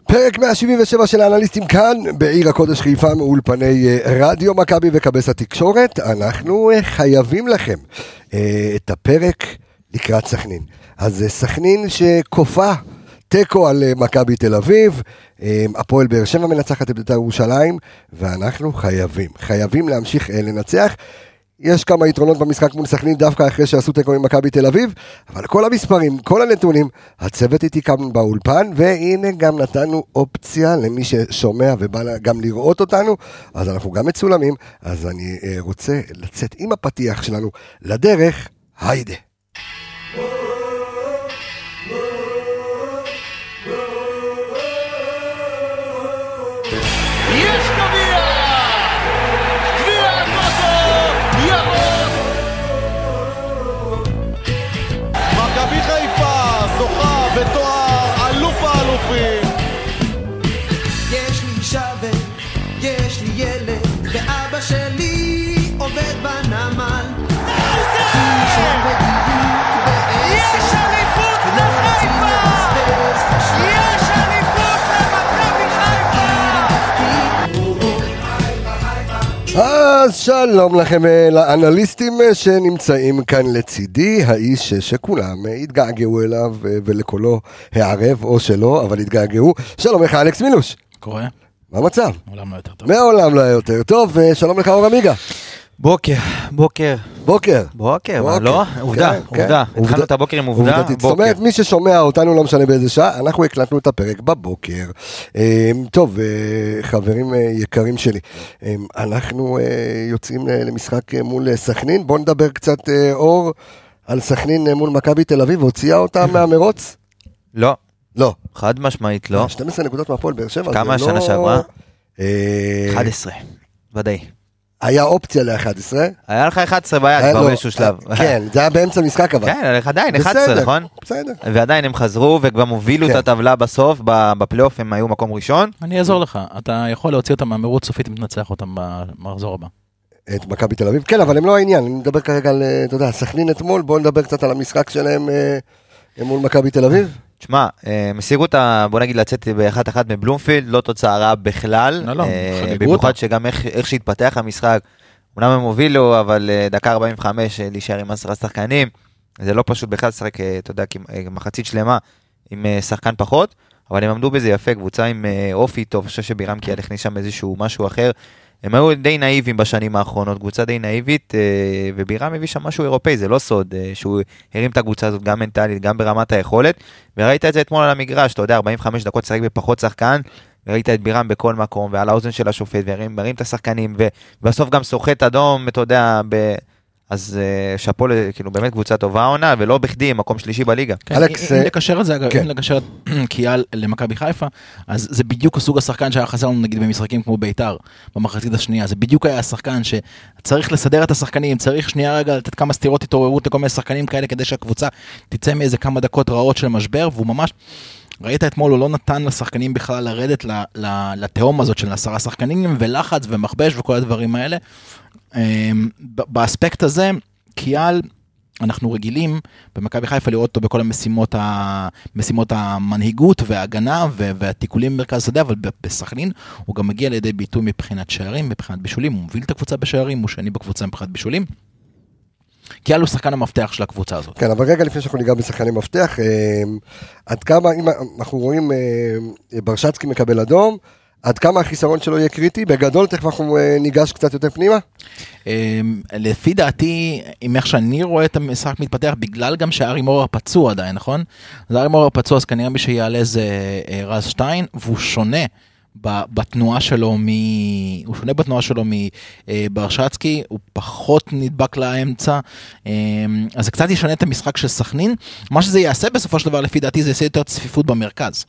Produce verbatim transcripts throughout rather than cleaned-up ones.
פרק מאה שבעים ושבע של האנליסטים כאן, בעיר הקודש חיפה, מאולפני רדיו מכבי וכבש התקשורת. אנחנו חייבים לכם את הפרק לקראת סכנין. אז סכנין שקופה תיקו על מכבי תל אביב, הפועל באר שבע מנצחת את בית"ר ירושלים, ואנחנו חייבים, חייבים להמשיך לנצח. יש כמה יתרונות במשחק מול סכנין דווקא אחרי שעשו תיקו עם מכבי תל אביב, אבל כל המספרים, כל הנתונים, הצוות איתי כאן באולפן, והנה גם נתנו אופציה למי ששומע ובא גם לראות אותנו, אז אנחנו גם מצולמים, אז אני רוצה לצאת עם הפתיח שלנו לדרך, היידה. בתואר אלוף האלופים. יש לי שווה, יש לי ילד, ואבא שלי עובד בנמל. יש אליפות לחיפה! יש אליפות למכבי חיפה! אז שלום לכם לאנליסטים שנמצאים כאן לצידי, האיש שכולם התגעגעו אליו ולקולו הערב או שלא, אבל התגעגעו. שלום לך אלכס מילוש. קורה? מה המצב? מעולם לא יותר טוב. מעולם לא יותר טוב, ושלום לך אור עמיגה. בוקר, בוקר. בוקר. בוקר, מה לא? עובדה, עובדה. התחלנו את הבוקר עם עובדה, זאת אומרת, מי ששומע אותנו לא משנה באיזה שעה, אנחנו הקלטנו את הפרק בבוקר. טוב, חברים יקרים שלי, אנחנו יוצאים למשחק מול סכנין, בואו נדבר קצת אור על סכנין מול מכבי תל אביב, הוציאה אותה מהמרוץ? לא. לא. חד משמעית לא. שתים עשרה נקודות מהפועל באר שבע. כמה השנה שעברה? אחת עשרה, ודאי. היה אופציה ל-אחת עשרה. היה לך אחת עשרה ביד כבר באיזשהו שלב. כן, זה היה באמצע משחק אבל. כן, עדיין, אחת עשרה, נכון? בסדר. ועדיין הם חזרו וכבר הובילו את הטבלה בסוף, בפלייאוף הם היו מקום ראשון. אני אעזור לך, אתה יכול להוציא אותם מהמרוץ סופית אם תנצח אותם במחזור הבא. את מכבי תל אביב, כן, אבל הם לא העניין, אני מדבר כרגע על, אתה יודע, סכנין אתמול, בואו נדבר קצת על המשחק שלהם מול מכבי תל אביב. תשמע, הם השיגו אותה, בוא נגיד, לצאת באחת אחת מבלומפילד, לא תוצאה רעה בכלל. לא, לא, במיוחד שגם איך שהתפתח המשחק, אומנם הם הובילו, אבל דקה ארבעים וחמש להישאר עם עשרה שחקנים, זה לא פשוט בכלל לשחק, אתה יודע, מחצית שלמה עם שחקן פחות, אבל הם עמדו בזה יפה, קבוצה עם אופי טוב, אני חושב שבירם כי הכניס שם איזשהו משהו אחר, הם היו די נאיבים בשנים האחרונות, קבוצה די נאיבית, ובירם הביא שם משהו אירופאי, זה לא סוד, שהוא הרים את הקבוצה הזאת גם מנטלית, גם ברמת היכולת, וראית את זה אתמול על המגרש, אתה יודע, ארבעים וחמש דקות שחק בפחות שחקן, וראית את בירם בכל מקום, ועל האוזן של השופט, והרים את השחקנים, ובסוף גם סוחט אדום, אתה יודע, ב... אז שפו, כאילו, באמת קבוצה טובה עונה, ולא בכדי, מקום שלישי בליגה. אלכס, אם לקשר את זה, אגב, אם לקשר את קיאל למכבי חיפה, אז זה בדיוק הסוג השחקן שהיה חסר לנו, נגיד, במשחקים כמו ביתר, במחצית השנייה, זה בדיוק היה השחקן שצריך לסדר את השחקנים, צריך שנייה רגע לתת כמה סתירות התעוררות לכל מיני שחקנים כאלה, כדי שהקבוצה תצא מאיזה כמה דקות רעות של משבר, והוא ממש, ראית אתמול, הוא לא נתן לשחקנים בכלל לרדת לתהום הזאת של עשרה שחקנים, ולחץ ומחבש וכל הדברים האלה. באספקט הזה, קיאל, אנחנו רגילים במכבי חיפה לראות אותו בכל המשימות, המשימות המנהיגות וההגנה והתיקולים במרכז שדה, אבל בסכנין הוא גם מגיע לידי ביטוי מבחינת שערים, מבחינת בישולים, הוא מוביל את הקבוצה בשערים, הוא שני בקבוצה מבחינת בישולים. קיאל הוא שחקן המפתח של הקבוצה הזאת. כן, אבל רגע לפני שאנחנו ניגע בשחקני מפתח, עד כמה, אם אנחנו רואים ברשצקי מקבל אדום, עד כמה החיסרון שלו יהיה קריטי? בגדול, תכף אנחנו ניגש קצת יותר פנימה? לפי דעתי, אם איך שאני רואה את המשחק מתפתח, בגלל גם שארי מורר פצוע עדיין, נכון? אז ארי מורר פצוע, אז כנראה מי שיעלה זה רז שטיין, והוא שונה בתנועה שלו, מ... הוא שונה בתנועה שלו מברשצקי, הוא פחות נדבק לאמצע, אז זה קצת ישנה את המשחק של סכנין. מה שזה יעשה בסופו של דבר, לפי דעתי, זה יעשה יותר צפיפות במרכז.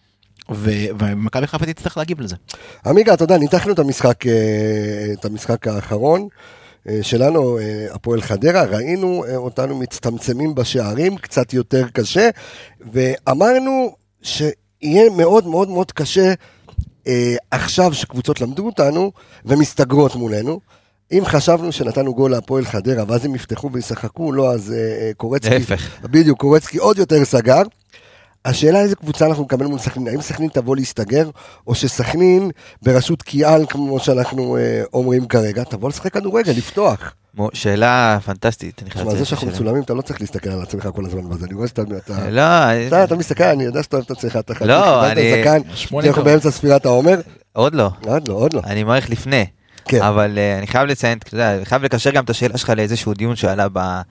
ומכבי חיפה תצטרך להגיב לזה. עמיגה, אתה יודע, ניתחנו את המשחק, את המשחק האחרון שלנו, הפועל חדרה, ראינו אותנו מצטמצמים בשערים, קצת יותר קשה, ואמרנו שיהיה מאוד מאוד מאוד קשה עכשיו שקבוצות למדו אותנו ומסתגרות מולנו. אם חשבנו שנתנו גול להפועל חדרה, ואז הם יפתחו וישחקו, לא, אז קורצקי, בדיוק, קורצקי עוד יותר סגר. השאלה איזה קבוצה אנחנו נקבל מול סכנין, האם סכנין תבוא להסתגר, או שסכנין בראשות קיאל, כמו שאנחנו אה, אומרים כרגע, תבוא לשחק כדורגל, לפתוח. שאלה פנטסטית. תשמע, זה שאנחנו מצולמים, אתה לא צריך להסתכל על עצמך כל הזמן בזה, אני רואה שאתה... לא, אתה, אתה מסתכל, אני יודע שאתה אוהב את עצמך, אתה חכה, לא, אני... אנחנו באמצע ספירת העומר. עוד לא. עוד לא, עוד לא. אני מעריך לפני. כן. אבל אני חייב לציין, אני חייב לקשר גם את השאלה שלך לאיזשהו דיון שעלה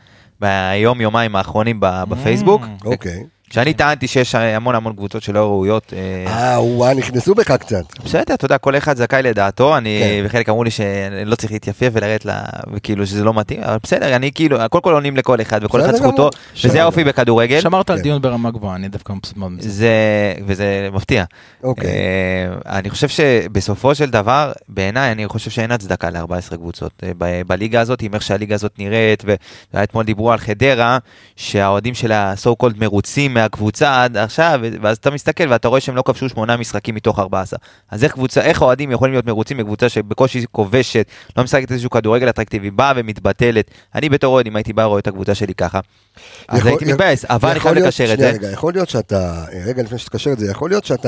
ביום, יומיים האחרונים בפייסבוק. אוקיי. שאני טענתי שיש המון המון קבוצות שלא ראויות. אה, וואה, נכנסו בך קצת. בסדר, אתה יודע, כל אחד זכאי לדעתו, אני, וחלק אמרו לי שאני לא צריך להתייפף ולרדת לה, וכאילו שזה לא מתאים, אבל בסדר, אני כאילו, הכל כל עונים לכל אחד, וכל אחד זכותו, וזה האופי בכדורגל. שמרת על דיון ברמה גבוהה, אני דווקא מבסוט מאוד מזה. זה, וזה מפתיע. אוקיי. אני חושב שבסופו של דבר, בעיניי, אני חושב שאין הצדקה ל-ארבע עשרה קבוצות בליגה הזאת, עם איך שהליגה הזאת נראית, ואתמול דיברו על חדרה, שהאוהדים של ה-so called מרוצים מהקבוצה עד עכשיו, ואז אתה מסתכל ואתה רואה שהם לא כבשו שמונה משחקים מתוך ארבע עשרה. אז איך קבוצה, איך האוהדים יכולים להיות מרוצים מקבוצה שבקושי כובשת, לא משחקת איזשהו כדורגל אטרקטיבי, באה ומתבטלת. אני בתור אוהד, אם הייתי בא רואה את הקבוצה שלי ככה, אז הייתי מתבאס, אבל אני חייב לקשר את זה. רגע, יכול להיות שאתה, רגע לפני שתקשר את זה, יכול להיות שאתה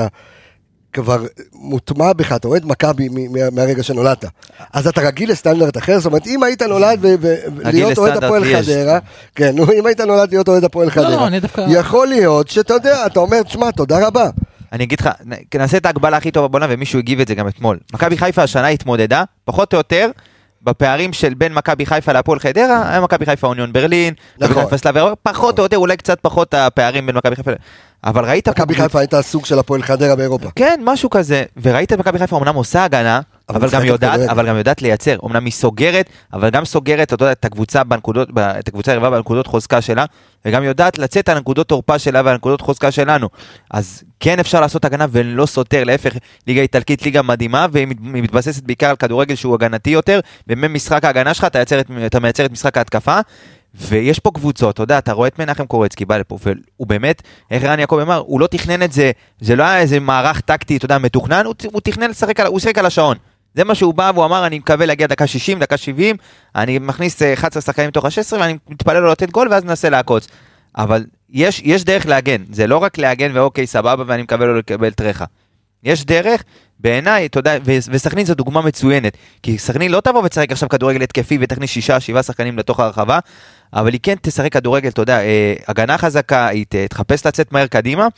כבר מוטמע בך, אתה רואה את מכבי מהרגע שנולדת. אז אתה רגיל לסטנדרט אחר, זאת אומרת, אם היית נולד ולהיות אוהד הפועל חדרה, כן, אם היית נולד להיות אוהד הפועל חדרה, יכול להיות שאתה יודע, אתה אומר, תשמע, תודה רבה. אני אגיד לך, נעשה את ההגבלה הכי טובה בעולם, ומישהו הגיב את זה גם אתמול. מכבי חיפה השנה התמודדה, פחות או יותר, בפערים של בין מכבי חיפה להפועל חדרה, היה מכבי חיפה אוניון ברלין, פחות או יותר, אולי קצת פחות הפערים בין מכבי חיפה, אבל ראית... מכבי חיפה הייתה סוג של הפועל חדרה באירופה. כן, משהו כזה, וראית את מכבי חיפה, אמנם עושה הגנה, אבל גם יודעת, אבל גם יודעת לייצר, אמנם היא סוגרת, אבל גם סוגרת את הקבוצה בנקודות, את הקבוצה היריבה בנקודות חוזקה שלה, וגם יודעת לצאת על הנקודות תורפה שלה והנקודות חוזקה שלנו. אז כן אפשר לעשות הגנה ולא סותר, להפך, ליגה איטלקית, ליגה מדהימה, והיא מתבססת בעיקר על כדורגל שהוא הגנתי יותר, ובמשחק ההגנה שלך אתה מייצר, אתה מייצר את משחק ההתקפה, ויש פה קבוצות, אתה יודע, אתה רואה את מנחם קורצקי, בא לפה, והוא באמת, איך רן יעקב אמר, הוא לא תכנן את זה, זה לא היה איזה מערך טקטי, אתה יודע, מתוכנן, הוא, הוא תכנן לשחק, הוא שחק על השעון. זה מה שהוא בא, והוא אמר, אני מקווה להגיע דקה שישים, דקה שבעים, אני מכניס אחת עשרה שחקנים מתוך ה-שש עשרה, ואני מתפלל לו לתת גול, ואז ננסה לעקוץ. אבל יש, יש דרך להגן, זה לא רק להגן, ואוקיי, סבבה, ואני מקווה לו לקבל טרחה. יש דרך, בעיניי, אתה יודע, וסכנין זו דוגמה מצוינת, כי סכנין לא תבוא וצחק עכשיו כדורגל התקפי, ותכניס שישה, שבעה שחקנים לתוך הרחבה, אבל היא כן תשחק כדורגל, אתה יודע, הגנה חזקה, היא תחפש לצאת מהר קדימה,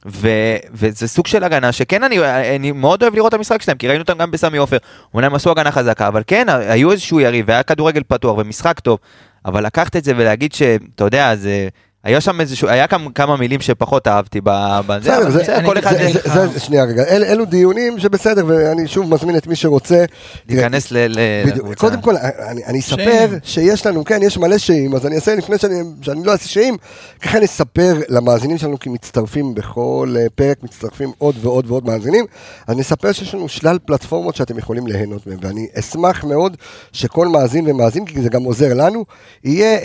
ו- וזה סוג של הגנה, שכן אני, אני מאוד אוהב לראות את המשחק שלהם, כי ראינו אותם גם בסמי עופר, אולי הם עשו הגנה חזקה, אבל כן, היו איזשהו יריב, והיה כדורגל פתוח, ומשחק טוב, אבל לקחת את זה ולהגיד שאתה יודע, זה... היה שם איזשהו, היה כמה מילים שפחות אהבתי בזה, אבל זה כל אחד... זה, שנייה רגע, אלו דיונים שבסדר, ואני שוב מזמין את מי שרוצה... להיכנס לקבוצה. קודם כל, אני אספר שיש לנו, כן, יש מלא שאים, אז אני אעשה לפני שאני לא אעשה שאים, ככה אני אספר למאזינים שלנו, כי מצטרפים בכל פרק, מצטרפים עוד ועוד ועוד מאזינים, אז אני אספר שיש לנו שלל פלטפורמות שאתם יכולים ליהנות מהם, ואני אשמח מאוד שכל מאזין ומאזין, כי זה גם עוזר לנו, יהיה,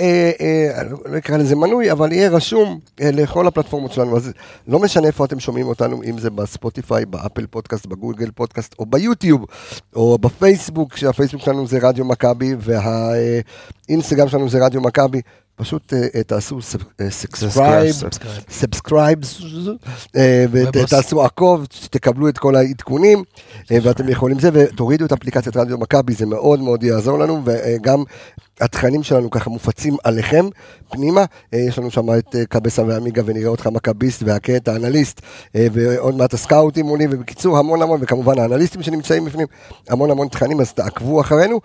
לא אקרא לזה מנוי, אבל יהיה רשום לכל הפלטפורמות שלנו, אז לא משנה איפה אתם שומעים אותנו, אם זה בספוטיפיי, באפל פודקאסט, בגוגל פודקאסט, או ביוטיוב, או בפייסבוק, שהפייסבוק שלנו זה רדיו מכבי, והאינסטגרם שלנו זה רדיו מכבי, פשוט תעשו סאבסקרייב, סאבסקרייב, ותעשו עקוב, שתקבלו את כל העדכונים, ואתם יכולים זה, ותורידו את אפליקציית רדיו מכבי, זה מאוד מאוד יעזור לנו, וגם התכנים שלנו ככה מופצים עליכם פנימה, יש לנו שם את קבסה ועמיגה ונראה אותך מכביסט והקט האנליסט ועוד מעט הסקאוטים עולים, ובקיצור המון המון, וכמובן האנליסטים שנמצאים בפנים, המון המון תכנים, אז תעקבו אחרינו,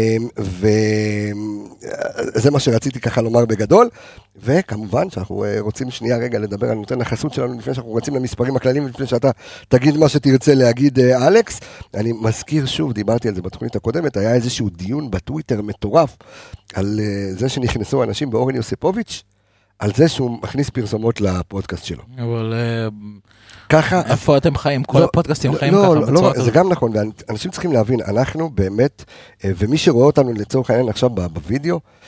וזה מה שרציתי ככה לומר בגדול, וכמובן שאנחנו רוצים שנייה רגע לדבר על נותן החסות שלנו, לפני שאנחנו רצים למספרים הכלליים, לפני שאתה תגיד מה שתרצה להגיד אלכס, אני מזכיר שוב, דיברתי על זה בתוכנית הקודמת, היה איזשהו דיון בטוויטר מטורף, על זה שנכנסו אנשים באורן יוסיפוביץ', על זה שהוא מכניס פרסומות לפודקאסט שלו. אבל ככה... איפה אתם חיים? כל הפודקאסטים חיים ככה בצורה כזאת. זה גם נכון, ואנשים צריכים להבין, אנחנו באמת, ומי שרואה אותנו לצורך העניין עכשיו בווידאו,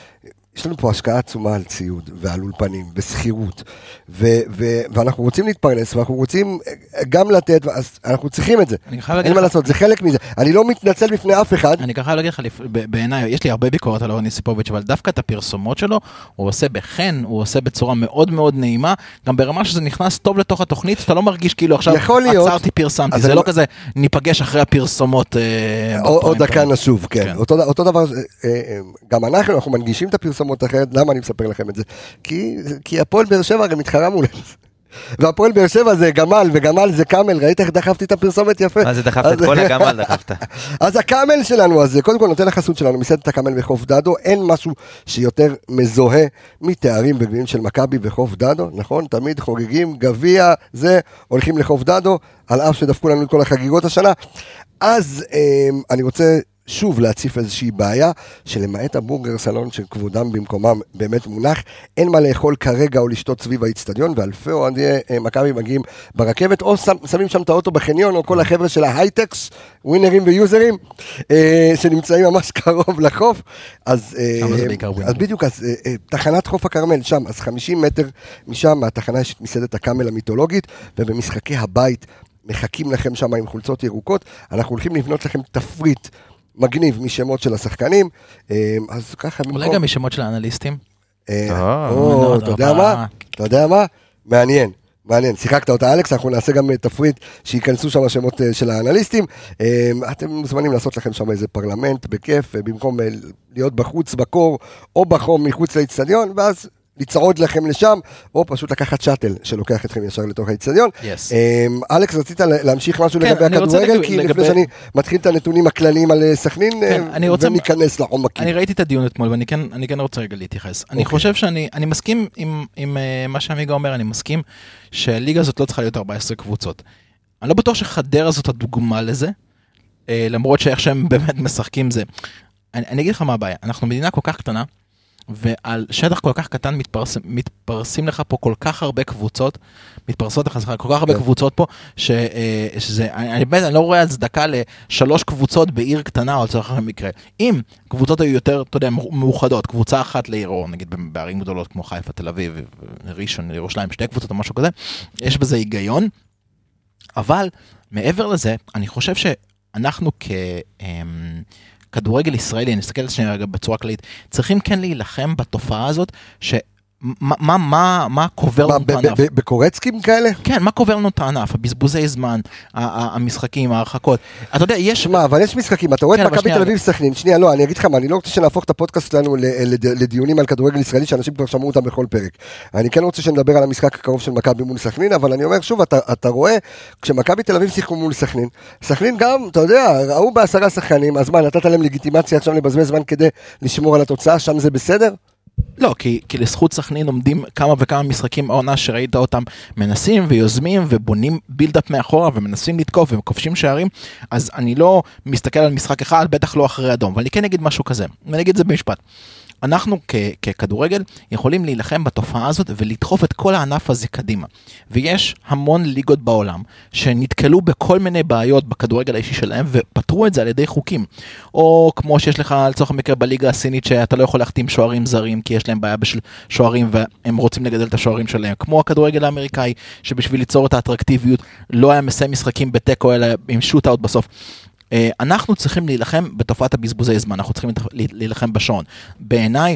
יש לנו פה השקעה עצומה על ציוד ועל אולפנים וסחירות, ו- ו- ואנחנו רוצים להתפרנס, ואנחנו רוצים גם לתת, אז אנחנו צריכים את זה. אין מה לעשות, זה חלק מזה. אני לא מתנצל בפני אף אחד. אני חייב להגיד לך, בעיניי, יש לי הרבה ביקורת על אורן יוסיפוביץ', אבל דווקא את הפרסומות שלו, הוא עושה בחן, הוא עושה בצורה מאוד מאוד נעימה, גם ברמה שזה נכנס טוב לתוך התוכנית, שאתה לא מרגיש כאילו עכשיו עצרתי פרסמתי, זה לא כזה ניפגש אחרי הפרסומות. עוד דקה נשוב, כן. אותו דבר, גם אנחנו, אנחנו מנגישים את הפרסומות אחרת, למה אני מספר לכם את זה? כי, כי הפועל באר שבע הרי מתחרה מולנו. והפועל באר שבע זה גמל, וגמל זה קאמל, ראית איך דחפתי את הפרסומת יפה? מה זה דחפת? את כל הגמל דחפת. אז הקאמל שלנו, אז קודם כל נותן לחסות שלנו, מסעדת הקאמל בחוף דדו, אין משהו שיותר מזוהה מתארים וגביעים של מכבי בחוף דדו, נכון? תמיד חוגגים, גביע, זה, הולכים לחוף דדו, על אף שדפקו לנו את כל החגיגות השנה. אז אני רוצה שוב להציף איזושהי בעיה, שלמעט הבורגר סלון שכבודם במקומם באמת מונח, אין מה לאכול כרגע או לשתות סביב האצטדיון, ואלפי אוהדי מכבי מגיעים ברכבת, או שמים שם את האוטו בחניון, או כל החבר'ה של ההייטקס, ווינרים ויוזרים, שנמצאים ממש קרוב לחוף. אז אז בדיוק, אז תחנת חוף הכרמל שם, אז חמישים מטר משם, מהתחנה יש את מסעדת הקאמל המיתולוגית, ובמשחקי הבית מחכים לכם שם עם חולצות ירוקות, אנחנו הולכים לבנות לכם תפריט מגניב משמות של השחקנים, אז ככה... אולי גם משמות של האנליסטים? או, אתה יודע מה? אתה יודע מה? מעניין, מעניין. שיחקת אותה אלכס, אנחנו נעשה גם תפריט שיכנסו שם השמות של האנליסטים. אתם מוזמנים לעשות לכם שם איזה פרלמנט בכיף, במקום להיות בחוץ, בקור, או בחום מחוץ לאצטדיון, ואז לצעוד לכם לשם, או פשוט לקחת שאטל שלוקח אתכם ישר לתוך האצטדיון. אלכס, רצית להמשיך משהו לגבי הכדורגל, כי לפני שאני מתחיל את הנתונים הכלליים על סכנין, וניכנס לעומקים. אני ראיתי את הדיון אתמול, ואני כן רוצה רגע להתייחס. אני חושב שאני מסכים עם מה שעמיגה אומר, אני מסכים שהליגה הזאת לא צריכה להיות ארבע עשרה קבוצות. אני לא בטוח שחדרה זאת הדוגמה לזה, למרות שאיך שהם באמת משחקים זה. אני אגיד לך מה הבעיה, אנחנו מדינה כל כך קטנה, ועל שטח כל כך קטן מתפרס, מתפרסים לך פה כל כך הרבה קבוצות, מתפרסות לך כל כך הרבה קבוצות פה, ש, שזה, אני, אני, אני לא רואה הצדקה לשלוש קבוצות בעיר קטנה, או לצורך המקרה. אם קבוצות היו יותר, אתה יודע, מאוחדות, קבוצה אחת לעיר, או נגיד בערים גדולות כמו חיפה, תל אביב, ראשון, ירושלים, שתי קבוצות או משהו כזה, יש בזה היגיון, אבל מעבר לזה, אני חושב שאנחנו כ... כדורגל ישראלי, אני אסתכל שנייה רגע בצורה כללית, צריכים כן להילחם בתופעה הזאת, ש... מה, מה, מה, מה קובר לנו את הענף? בקורצקים כאלה? כן, מה קובר לנו את הענף? הבזבוזי זמן, המשחקים, ההרחקות. אתה יודע, יש... מה, אבל יש משחקים, אתה רואה את מכבי תל אביב סכנין, שנייה, לא, אני אגיד לך מה, אני לא רוצה שנהפוך את הפודקאסט שלנו לדיונים על כדורגל ישראלי, שאנשים כבר שמעו אותם בכל פרק. אני כן רוצה שנדבר על המשחק הקרוב של מכבי מול סכנין, אבל אני אומר שוב, אתה, אתה רואה, כשמכבי תל אביב שיחקו מול סכנין, סכנין גם, אתה יודע, ראו בעשרה שחקנים, אז מה, נתת להם לגיטימציה עכשיו לבזבז זמן כדי לשמור על התוצאה, שם זה בסדר? לא, כי, כי לזכות סכנין עומדים כמה וכמה משחקים העונה שראית אותם מנסים ויוזמים ובונים בילדאפ מאחורה ומנסים לתקוף וכובשים שערים, אז אני לא מסתכל על משחק אחד, בטח לא אחרי אדום, אבל אני כן אגיד משהו כזה, ואני אגיד את זה במשפט. אנחנו כ- ככדורגל יכולים להילחם בתופעה הזאת ולדחוף את כל הענף הזה קדימה. ויש המון ליגות בעולם שנתקלו בכל מיני בעיות בכדורגל האישי שלהם ופתרו את זה על ידי חוקים. או כמו שיש לך לצורך המקרה בליגה הסינית שאתה לא יכול להחתים שוערים זרים כי יש להם בעיה בשביל שוערים והם רוצים לגדל את השוערים שלהם. כמו הכדורגל האמריקאי שבשביל ליצור את האטרקטיביות לא היה מסיים משחקים בטקו אלא עם שוט-אאוט בסוף. אנחנו צריכים להילחם בתופעת הבזבוזי זמן, אנחנו צריכים להילחם בשעון. בעיניי,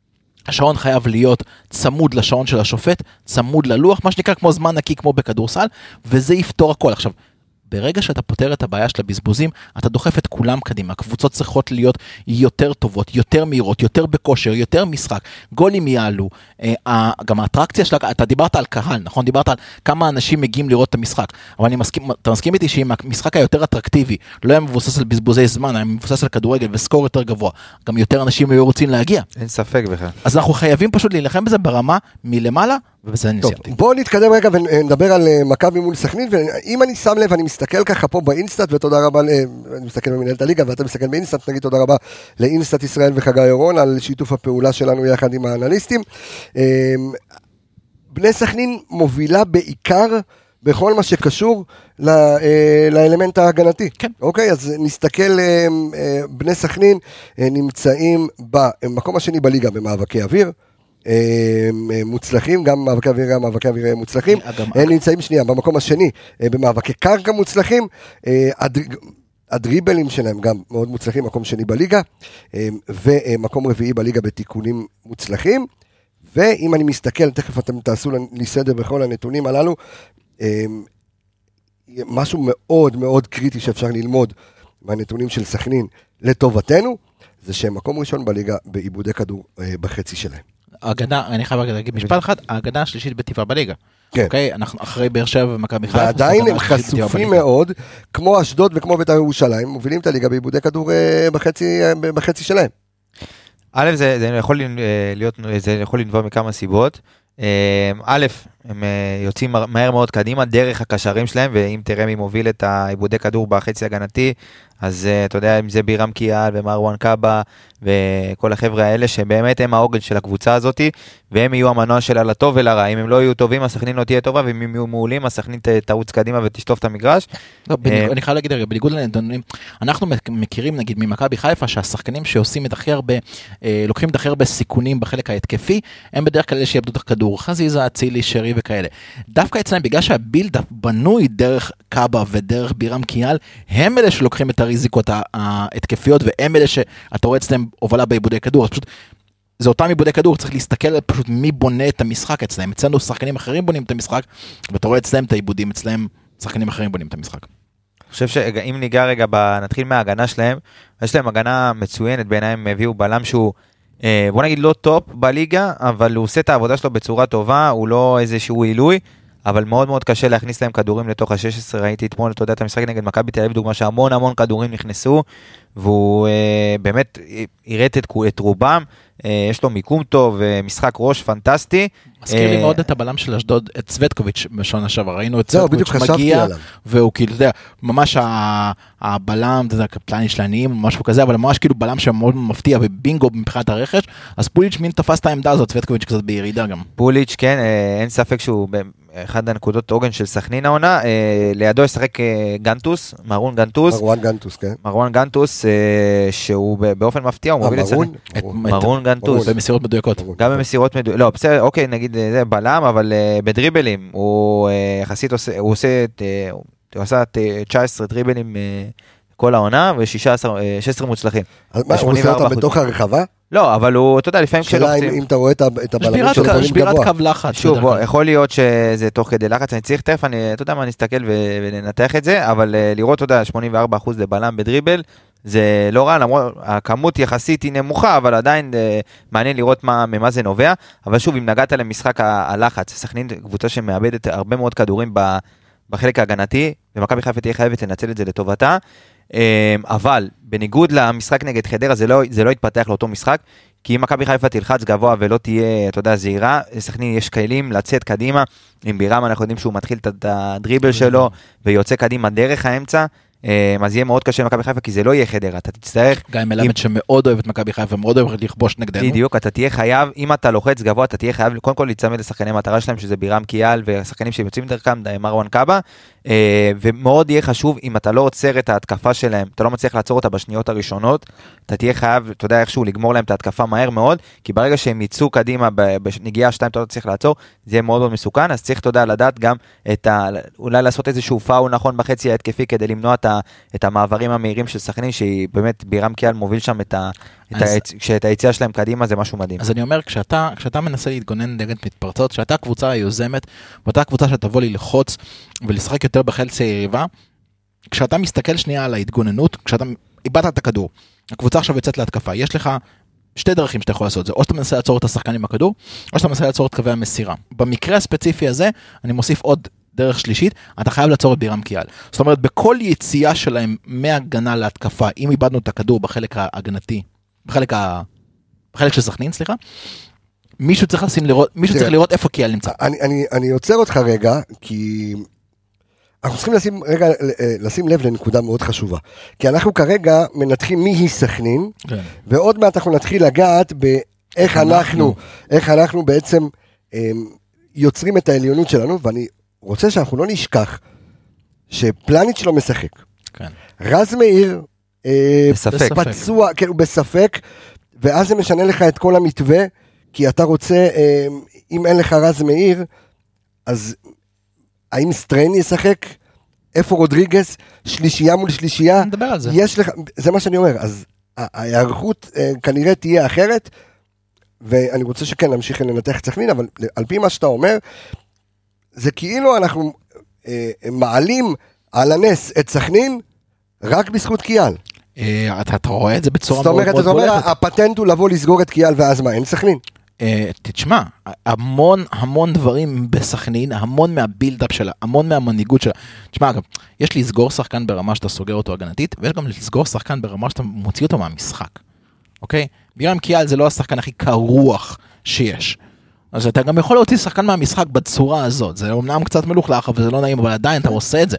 השעון חייב להיות צמוד לשעון של השופט, צמוד ללוח, מה שנקרא כמו זמן נקי כמו בכדורסל, וזה יפתור הכל. עכשיו, ברגע שאתה פותר את הבעיה של הבזבוזים, אתה דוחף את כולם קדימה. הקבוצות צריכות להיות יותר טובות, יותר מהירות, יותר בכושר, יותר משחק. גולים יעלו. אה, גם האטרקציה שלה, אתה דיברת על קהל, נכון? דיברת על כמה אנשים מגיעים לראות את המשחק. אבל אני מסכים, אתה מסכים איתי שאם המשחק היותר אטרקטיבי, לא היה מבוסס על בזבוזי זמן, היה מבוסס על כדורגל וסקור יותר גבוה, גם יותר אנשים היו רוצים להגיע. אין ספק בכלל. אז אנחנו חייבים פשוט להילחם בזה ברמה מלמעלה, ובזה אני סיימתי. בואו נתקדם רגע ונדבר על מכבי מול סכנין, ואם אני שם לב, אני מסתכל ככה פה באינסטאט, ותודה רבה, אני מסתכל במנהלת הליגה, ואתה מסתכל באינסטאט, נגיד תודה רבה לאינסטאט ישראל וחגי ירון, על שיתוף הפעולה שלנו יחד עם האנליסטים. בני סכנין מובילה בעיקר בכל מה שקשור ל, אה, לאלמנט ההגנתי. כן. אוקיי, אז נסתכל, אה, אה, בני סכנין אה, נמצאים במקום השני בליגה במאבקי אוויר, אה, מוצלחים, גם מאבקי אוויר, גם מאבקי אוויר מוצלחים. אגב, הם נמצאים שנייה במקום השני אה, במאבקי קרקע מוצלחים, אה, הד... הדריבלים שלהם גם מאוד מוצלחים, מקום שני בליגה, אה, ומקום רביעי בליגה בתיקונים מוצלחים. ואם אני מסתכל, תכף אתם תעשו לי סדר בכל הנתונים הללו, משהו מאוד מאוד קריטי שאפשר ללמוד מהנתונים של סכנין לטובתנו, זה שהם מקום ראשון בליגה בעיבודי כדור בחצי שלהם. ההגנה, אני חייב להגיד משפט אחד, ההגנה השלישית בטבעה בליגה. כן. אוקיי, אנחנו אחרי באר שבע ומכבי חיפה. ועדיין הם חשופים מאוד, כמו אשדוד וכמו בית"ר ירושלים, מובילים את הליגה בעיבודי כדור בחצי, בחצי שלהם. א', זה, זה יכול להיות, זה יכול לנבוע מכמה סיבות. א', הם יוצאים מהר מאוד קדימה, דרך הקשרים שלהם, ואם תראה מי מוביל את העיבודי כדור בחצי הגנתי, אז אתה יודע, אם זה בירם קיאל ומרואן קאבה, וכל החבר'ה האלה, שבאמת הם העוגן של הקבוצה הזאת, והם יהיו המנוע שלה לטוב ולרע. אם הם לא יהיו טובים, הסכנין לא תהיה טובה, ואם הם יהיו מעולים, הסכנין תרוץ קדימה ותשטוף את המגרש. אני חייב להגיד, בניגוד לנתונים, אנחנו מכירים, נגיד, ממכבי חיפה, שהשחקנים שעושים את הכי הרבה, לוקחים את הכי הרבה סיכונים בחלק ההתקפי, הם בדרך כלל שיאבדו את הכדור, חזיזה, צילי, שרי וכאלה. דווקא אצלם, בגלל שהבילד בנוי דרך קאבה ודרך בירם קיאל, הם אלה שלוקחים את הריזיקות ההתקפיות, והם אלה שאתה רואה אצלם הובלה בעיבודי כדור. אז פשוט, זה אותם עיבודי כדור, צריך להסתכל על פשוט מי בונה את המשחק אצלם. אצלנו שחקנים אחרים בונים את המשחק, ואתה רואה אצלם את העיבודים, אצלם שחקנים אחרים בונים את המשחק. אני חושב שאם ניגע רגע, נתחיל מההגנה שלהם, יש להם הגנה מצוינת, בעיניים הביאו בלם שהוא, בוא נגיד לא טופ בליגה, אבל הוא עושה את העבודה שלו בצורה טובה, הוא לא איזשהו עילוי, אבל מאוד מאוד קשה להכניס להם כדורים לתוך ה-שש עשרה, ראיתי אתמול, אתה יודע, את המשחק נגד מכבי תל אביב, דוגמה שהמון המון כדורים נכנסו, והוא אה, באמת יראת את, את רובם, אה, יש לו מיקום טוב, משחק ראש פנטסטי. מזכיר לי אה, מאוד את הבלם של אשדוד, את צוותקוביץ' בשנה שעברה, ראינו את זהו, בדיוק צוותקוביץ' חשבתי מגיע, עליו. והוא כאילו, אתה יודע, ממש ה- הבלם, אתה יודע, קפלני שלניים, משהו כזה, אבל ממש כאילו בלם שמאוד מפתיע, ובינגו מבחינת הרכש, אז פוליץ' מין תפס את העמדה הזאת, צוותקוביץ' קצת בירידה גם. פוליץ', כן, אה, אין ספק שהוא אחד הנקודות עוגן של סכנין העונה, אה, לידו ישחק אה, גנטוס, מרון גנטוס, מרואן גנטוס, כן. מרואן גנטוס, אה, שהוא באופן מפתיע, הוא מוביל את מרון? סכנין. מרון גנטוס. במסירות מדויקות. גם במסירות מדויקות, לא, בסדר, אוקיי, נגיד זה בלם, אבל uh, בדריבלים, הוא uh, יחסית עושה, הוא עושה, את, uh, הוא עשה את uh, תשע עשרה דריבלים uh, כל העונה, ו-שש עשרה, uh, שש עשרה מוצלחים. אז מה, הוא עושה אותה בתוך הרחבה? לא, אבל הוא, אתה יודע, לפעמים שאלה אם, אם אתה רואה את, את הבלמים שלו בונים שבירת גבוה. קו לחץ. שוב, בוא, יכול להיות שזה תוך כדי לחץ, אני צריך תכף, אני, אתה יודע מה, נסתכל ו- וננתח את זה, אבל uh, לראות, אתה יודע, שמונים וארבעה אחוז לבלם בדריבל, זה לא רע, למרות, הכמות יחסית היא נמוכה, אבל עדיין אה, מעניין לראות מה, ממה זה נובע, אבל שוב, אם נגעת למשחק ה- הלחץ, סכנין קבוצה שמאבדת הרבה מאוד כדורים ב- בחלק ההגנתי, ומכבי חיפה תהיה חייבת לנצל את זה לטובתה, אה, אבל בניגוד למשחק נגד חדרה, זה לא, זה לא יתפתח לאותו משחק, כי אם מכבי חיפה תלחץ גבוה ולא תהיה, אתה יודע, זהירה, לסכנין יש כלים לצאת קדימה, עם בירם אנחנו יודעים שהוא מתחיל את הדריבל שלו, ויוצא קדימה דרך האמצע, אז יהיה מאוד קשה למכבי חיפה, כי זה לא יהיה חדרה, אתה תצטרך... גם מלמד שמאוד אוהב את מכבי חיפה, מאוד אוהב לכבוש נגדנו. בדיוק, אתה תהיה חייב, אם אתה לוחץ גבוה, אתה תהיה חייב, קודם כל להצמד לשחקני המטרה שלהם, שזה בירם קיאל, והשחקנים שיוצאים דרכם, מרואן קאבה, ומאוד יהיה חשוב, אם אתה לא עוצר את ההתקפה שלהם, אתה לא מצליח לעצור אותה בשניות הראשונות, אתה תהיה חייב, אתה יודע איכשהו לגמור להם את ההתקפה מהר מאוד, כי ברגע שהם יצאו קדימה בנגיעה שתיים, אתה לא צריך לעצור, זה יהיה מאוד מאוד מסוכן, אז צריך, אתה יודע, לדעת גם את ה... אולי לעשות איזשהו פאול נכון בחצי ההתקפי, כדי למנוע את, ה... את המעברים המהירים של סכנין, שהיא באמת בירם קיאל מוביל שם את ה... אז... כשאת היציאה שלהם קדימה, זה משהו מדהים. אז אני אומר, כשאתה, כשאתה מנסה להתגונן נגד מתפרצות, כשאתה קבוצה היוזמת, ואתה קבוצה שתבוא לי לחוץ ולשחק יותר בחלצי היריבה, כשאתה מסתכל שנייה על ההתגוננות, כשאתה איבדת את הכדור, הקבוצה עכשיו יוצאת להתקפה, יש לך שתי דרכים שאתה יכול לעשות את זה, או שאתה מנסה לעצור את השחקן עם הכדור, או שאתה מנסה לעצור את קווי המסירה. במקרה הספציפי הזה, אני מוסיף עוד דרך שלישית, אתה חייב לעצור את בירם קיאל. זאת אומרת, בכל יציאה שלהם מהגנה להתקפה, אם איבדנו את הכדור בחלק ההגנתי, בחלק ה... בחלק של סכנין, סליחה, מישהו צריך לשים לראות, מישהו צריך לראות איפה קיאל נמצא. אני, אני, אני עוצר אותך רגע, כי אנחנו צריכים לשים, רגע, לשים לב לנקודה מאוד חשובה. כי אנחנו כרגע מנתחים מי היא סכנין, כן. ועוד מעט אנחנו נתחיל לגעת באיך אנחנו, איך אנחנו בעצם יוצרים את העליונות שלנו, ואני רוצה שאנחנו לא נשכח שפלניץ' לא משחק. כן. רז מאיר, אה, בספק. פצוע, כן, הוא בספק, ואז זה משנה לך את כל המתווה, כי אתה רוצה, אה, אם אין לך רז מאיר, אז האם סטריין ישחק? איפה רודריגס? שלישייה מול שלישייה? נדבר על זה. יש לך, זה מה שאני אומר, אז ההיערכות אה, כנראה תהיה אחרת, ואני רוצה שכן נמשיך לנתח את סכנין, אבל על פי מה שאתה אומר, זה כאילו אנחנו אה, מעלים על הנס את סכנין, רק בזכות קיאל. אה, אתה אתה רואה את זה בצורה זאת מאוד אומרת, מאוד זאת אומרת, בולטת. הפטנט הוא לבוא לסגור את קיאל, ואז מה, אין סכנין? אה, תשמע, המון המון דברים בסכנין, המון מהבילדאפ שלה, המון מהמנהיגות שלה. תשמע, אגב, יש לסגור שחקן ברמה שאתה סוגר אותו הגנתית, ויש גם לסגור שחקן ברמה שאתה מוציא אותו מהמשחק. אוקיי? בירם קיאל זה לא השחקן הכי קרוח שיש. אז אתה גם יכול להוציא שחקן מהמשחק בצורה הזאת. זה אומנם קצת מלוכלך, אבל זה לא נעים, אבל עדיין אתה עושה את זה.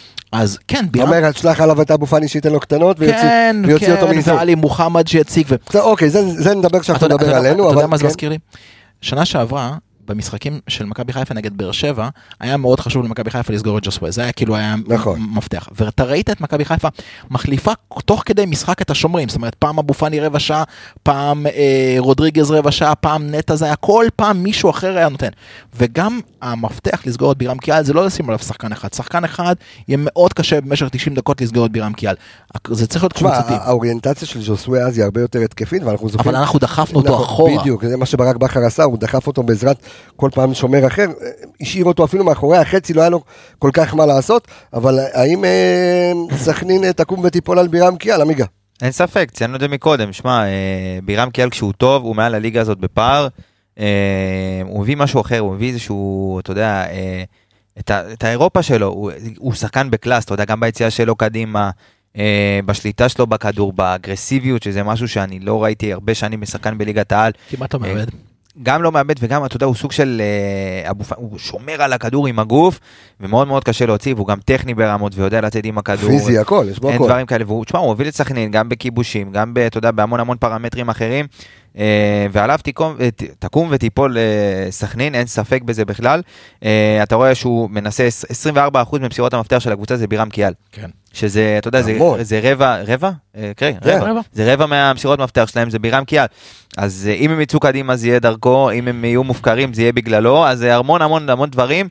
אז כן, בירם... זאת אומרת, שלח עליו את אבו פאני שייתן לו קטנות, כן, ויוציא אותו כן, מאיזור. ועלי מוחמד שיציג. ו... אוקיי, זה, זה נדבר כשאנחנו אתה יודע- נדבר אתה יודע- עלינו, אתה יודע אבל מה זה כן. מזכיר לי? שנה שעברה, במשחקים של מכבי חיפה נגד באר שבע, היה מאוד חשוב למכבי חיפה לסגור את ג'וסווה, זה היה כאילו היה נכון. מפתח. ואתה ראית את מכבי חיפה מחליפה תוך כדי משחק את השומרים, זאת אומרת פעם אבו פאני רבע שעה, פעם אה, רודריגז רבע שעה, פעם נטע, זה היה כל פעם מישהו אחר היה נותן. וגם המפתח לסגור את בירם קיאל זה לא לשים עליו שחקן אחד, שחקן אחד יהיה מאוד קשה במשך תשעים דקות לסגור את בירם קיאל. זה צריך להיות תשמע, קבוצתי. האוריינטציה של ז'וסווה אז היא הרבה יותר התקפית, ואנחנו זוכרים... אבל אנחנו דחפנו אותו נכון, אחורה. בדיוק, זה מה שברק בכר עשה, הוא דחף אותו בעזרת כל פעם שומר אחר, השאיר אותו אפילו מאחורי החצי, לא היה לו כל כך מה לעשות, אבל האם אה, סכנין תקום ותיפול על בירם קיאל, עמיגה? אין ספק, ציינו את זה מקודם, שמע, אה, בירם קיאל כשהוא טוב, הוא מעל הליגה הזאת בפער, אה, הוא מביא משהו אחר, הוא מביא איזשהו, אתה יודע, אה, את, ה, את האירופה שלו, הוא, הוא שחקן בקלאס, אתה יודע, גם ביציאה שלו קדימה, אה, בשליטה שלו בכדור, באגרסיביות, שזה משהו שאני לא ראיתי הרבה שנים בשחקן בליגת העל. כמעט לא מאבד. גם לא מאבד וגם, אתה יודע, הוא סוג של, אה, אבו, הוא שומר על הכדור עם הגוף, ומאוד מאוד קשה להוציא, והוא גם טכני ברמות, ויודע לצאת עם הכדור. פיזי, הכל, יש בו אין הכל. דברים כאלה, והוא, תשמע, הוא הוביל את סכנין, גם בכיבושים, גם, ב, אתה יודע, בהמון המון פרמטרים אחרים, אה, ועליו תקום, ת, תקום ותיפול אה, סכנין, אין ספק בזה בכלל. אה, אתה רואה שהוא מנסה עשרים וארבעה אחוז ממסירות המפתח של הקבוצה, זה בירם קיאל. כן. שזה, אתה יודע, זה, המון. זה רבע, רבע? אה, כן, רבע. רבע. זה רבע מהמסירות מפתח שלהם, זה בירם קיאל. אז אה, אם הם יצאו קדימה, זה יהיה דרכו, אם הם יהיו מופקרים, זה יהיה בגללו, אז זה המון המון המון דברים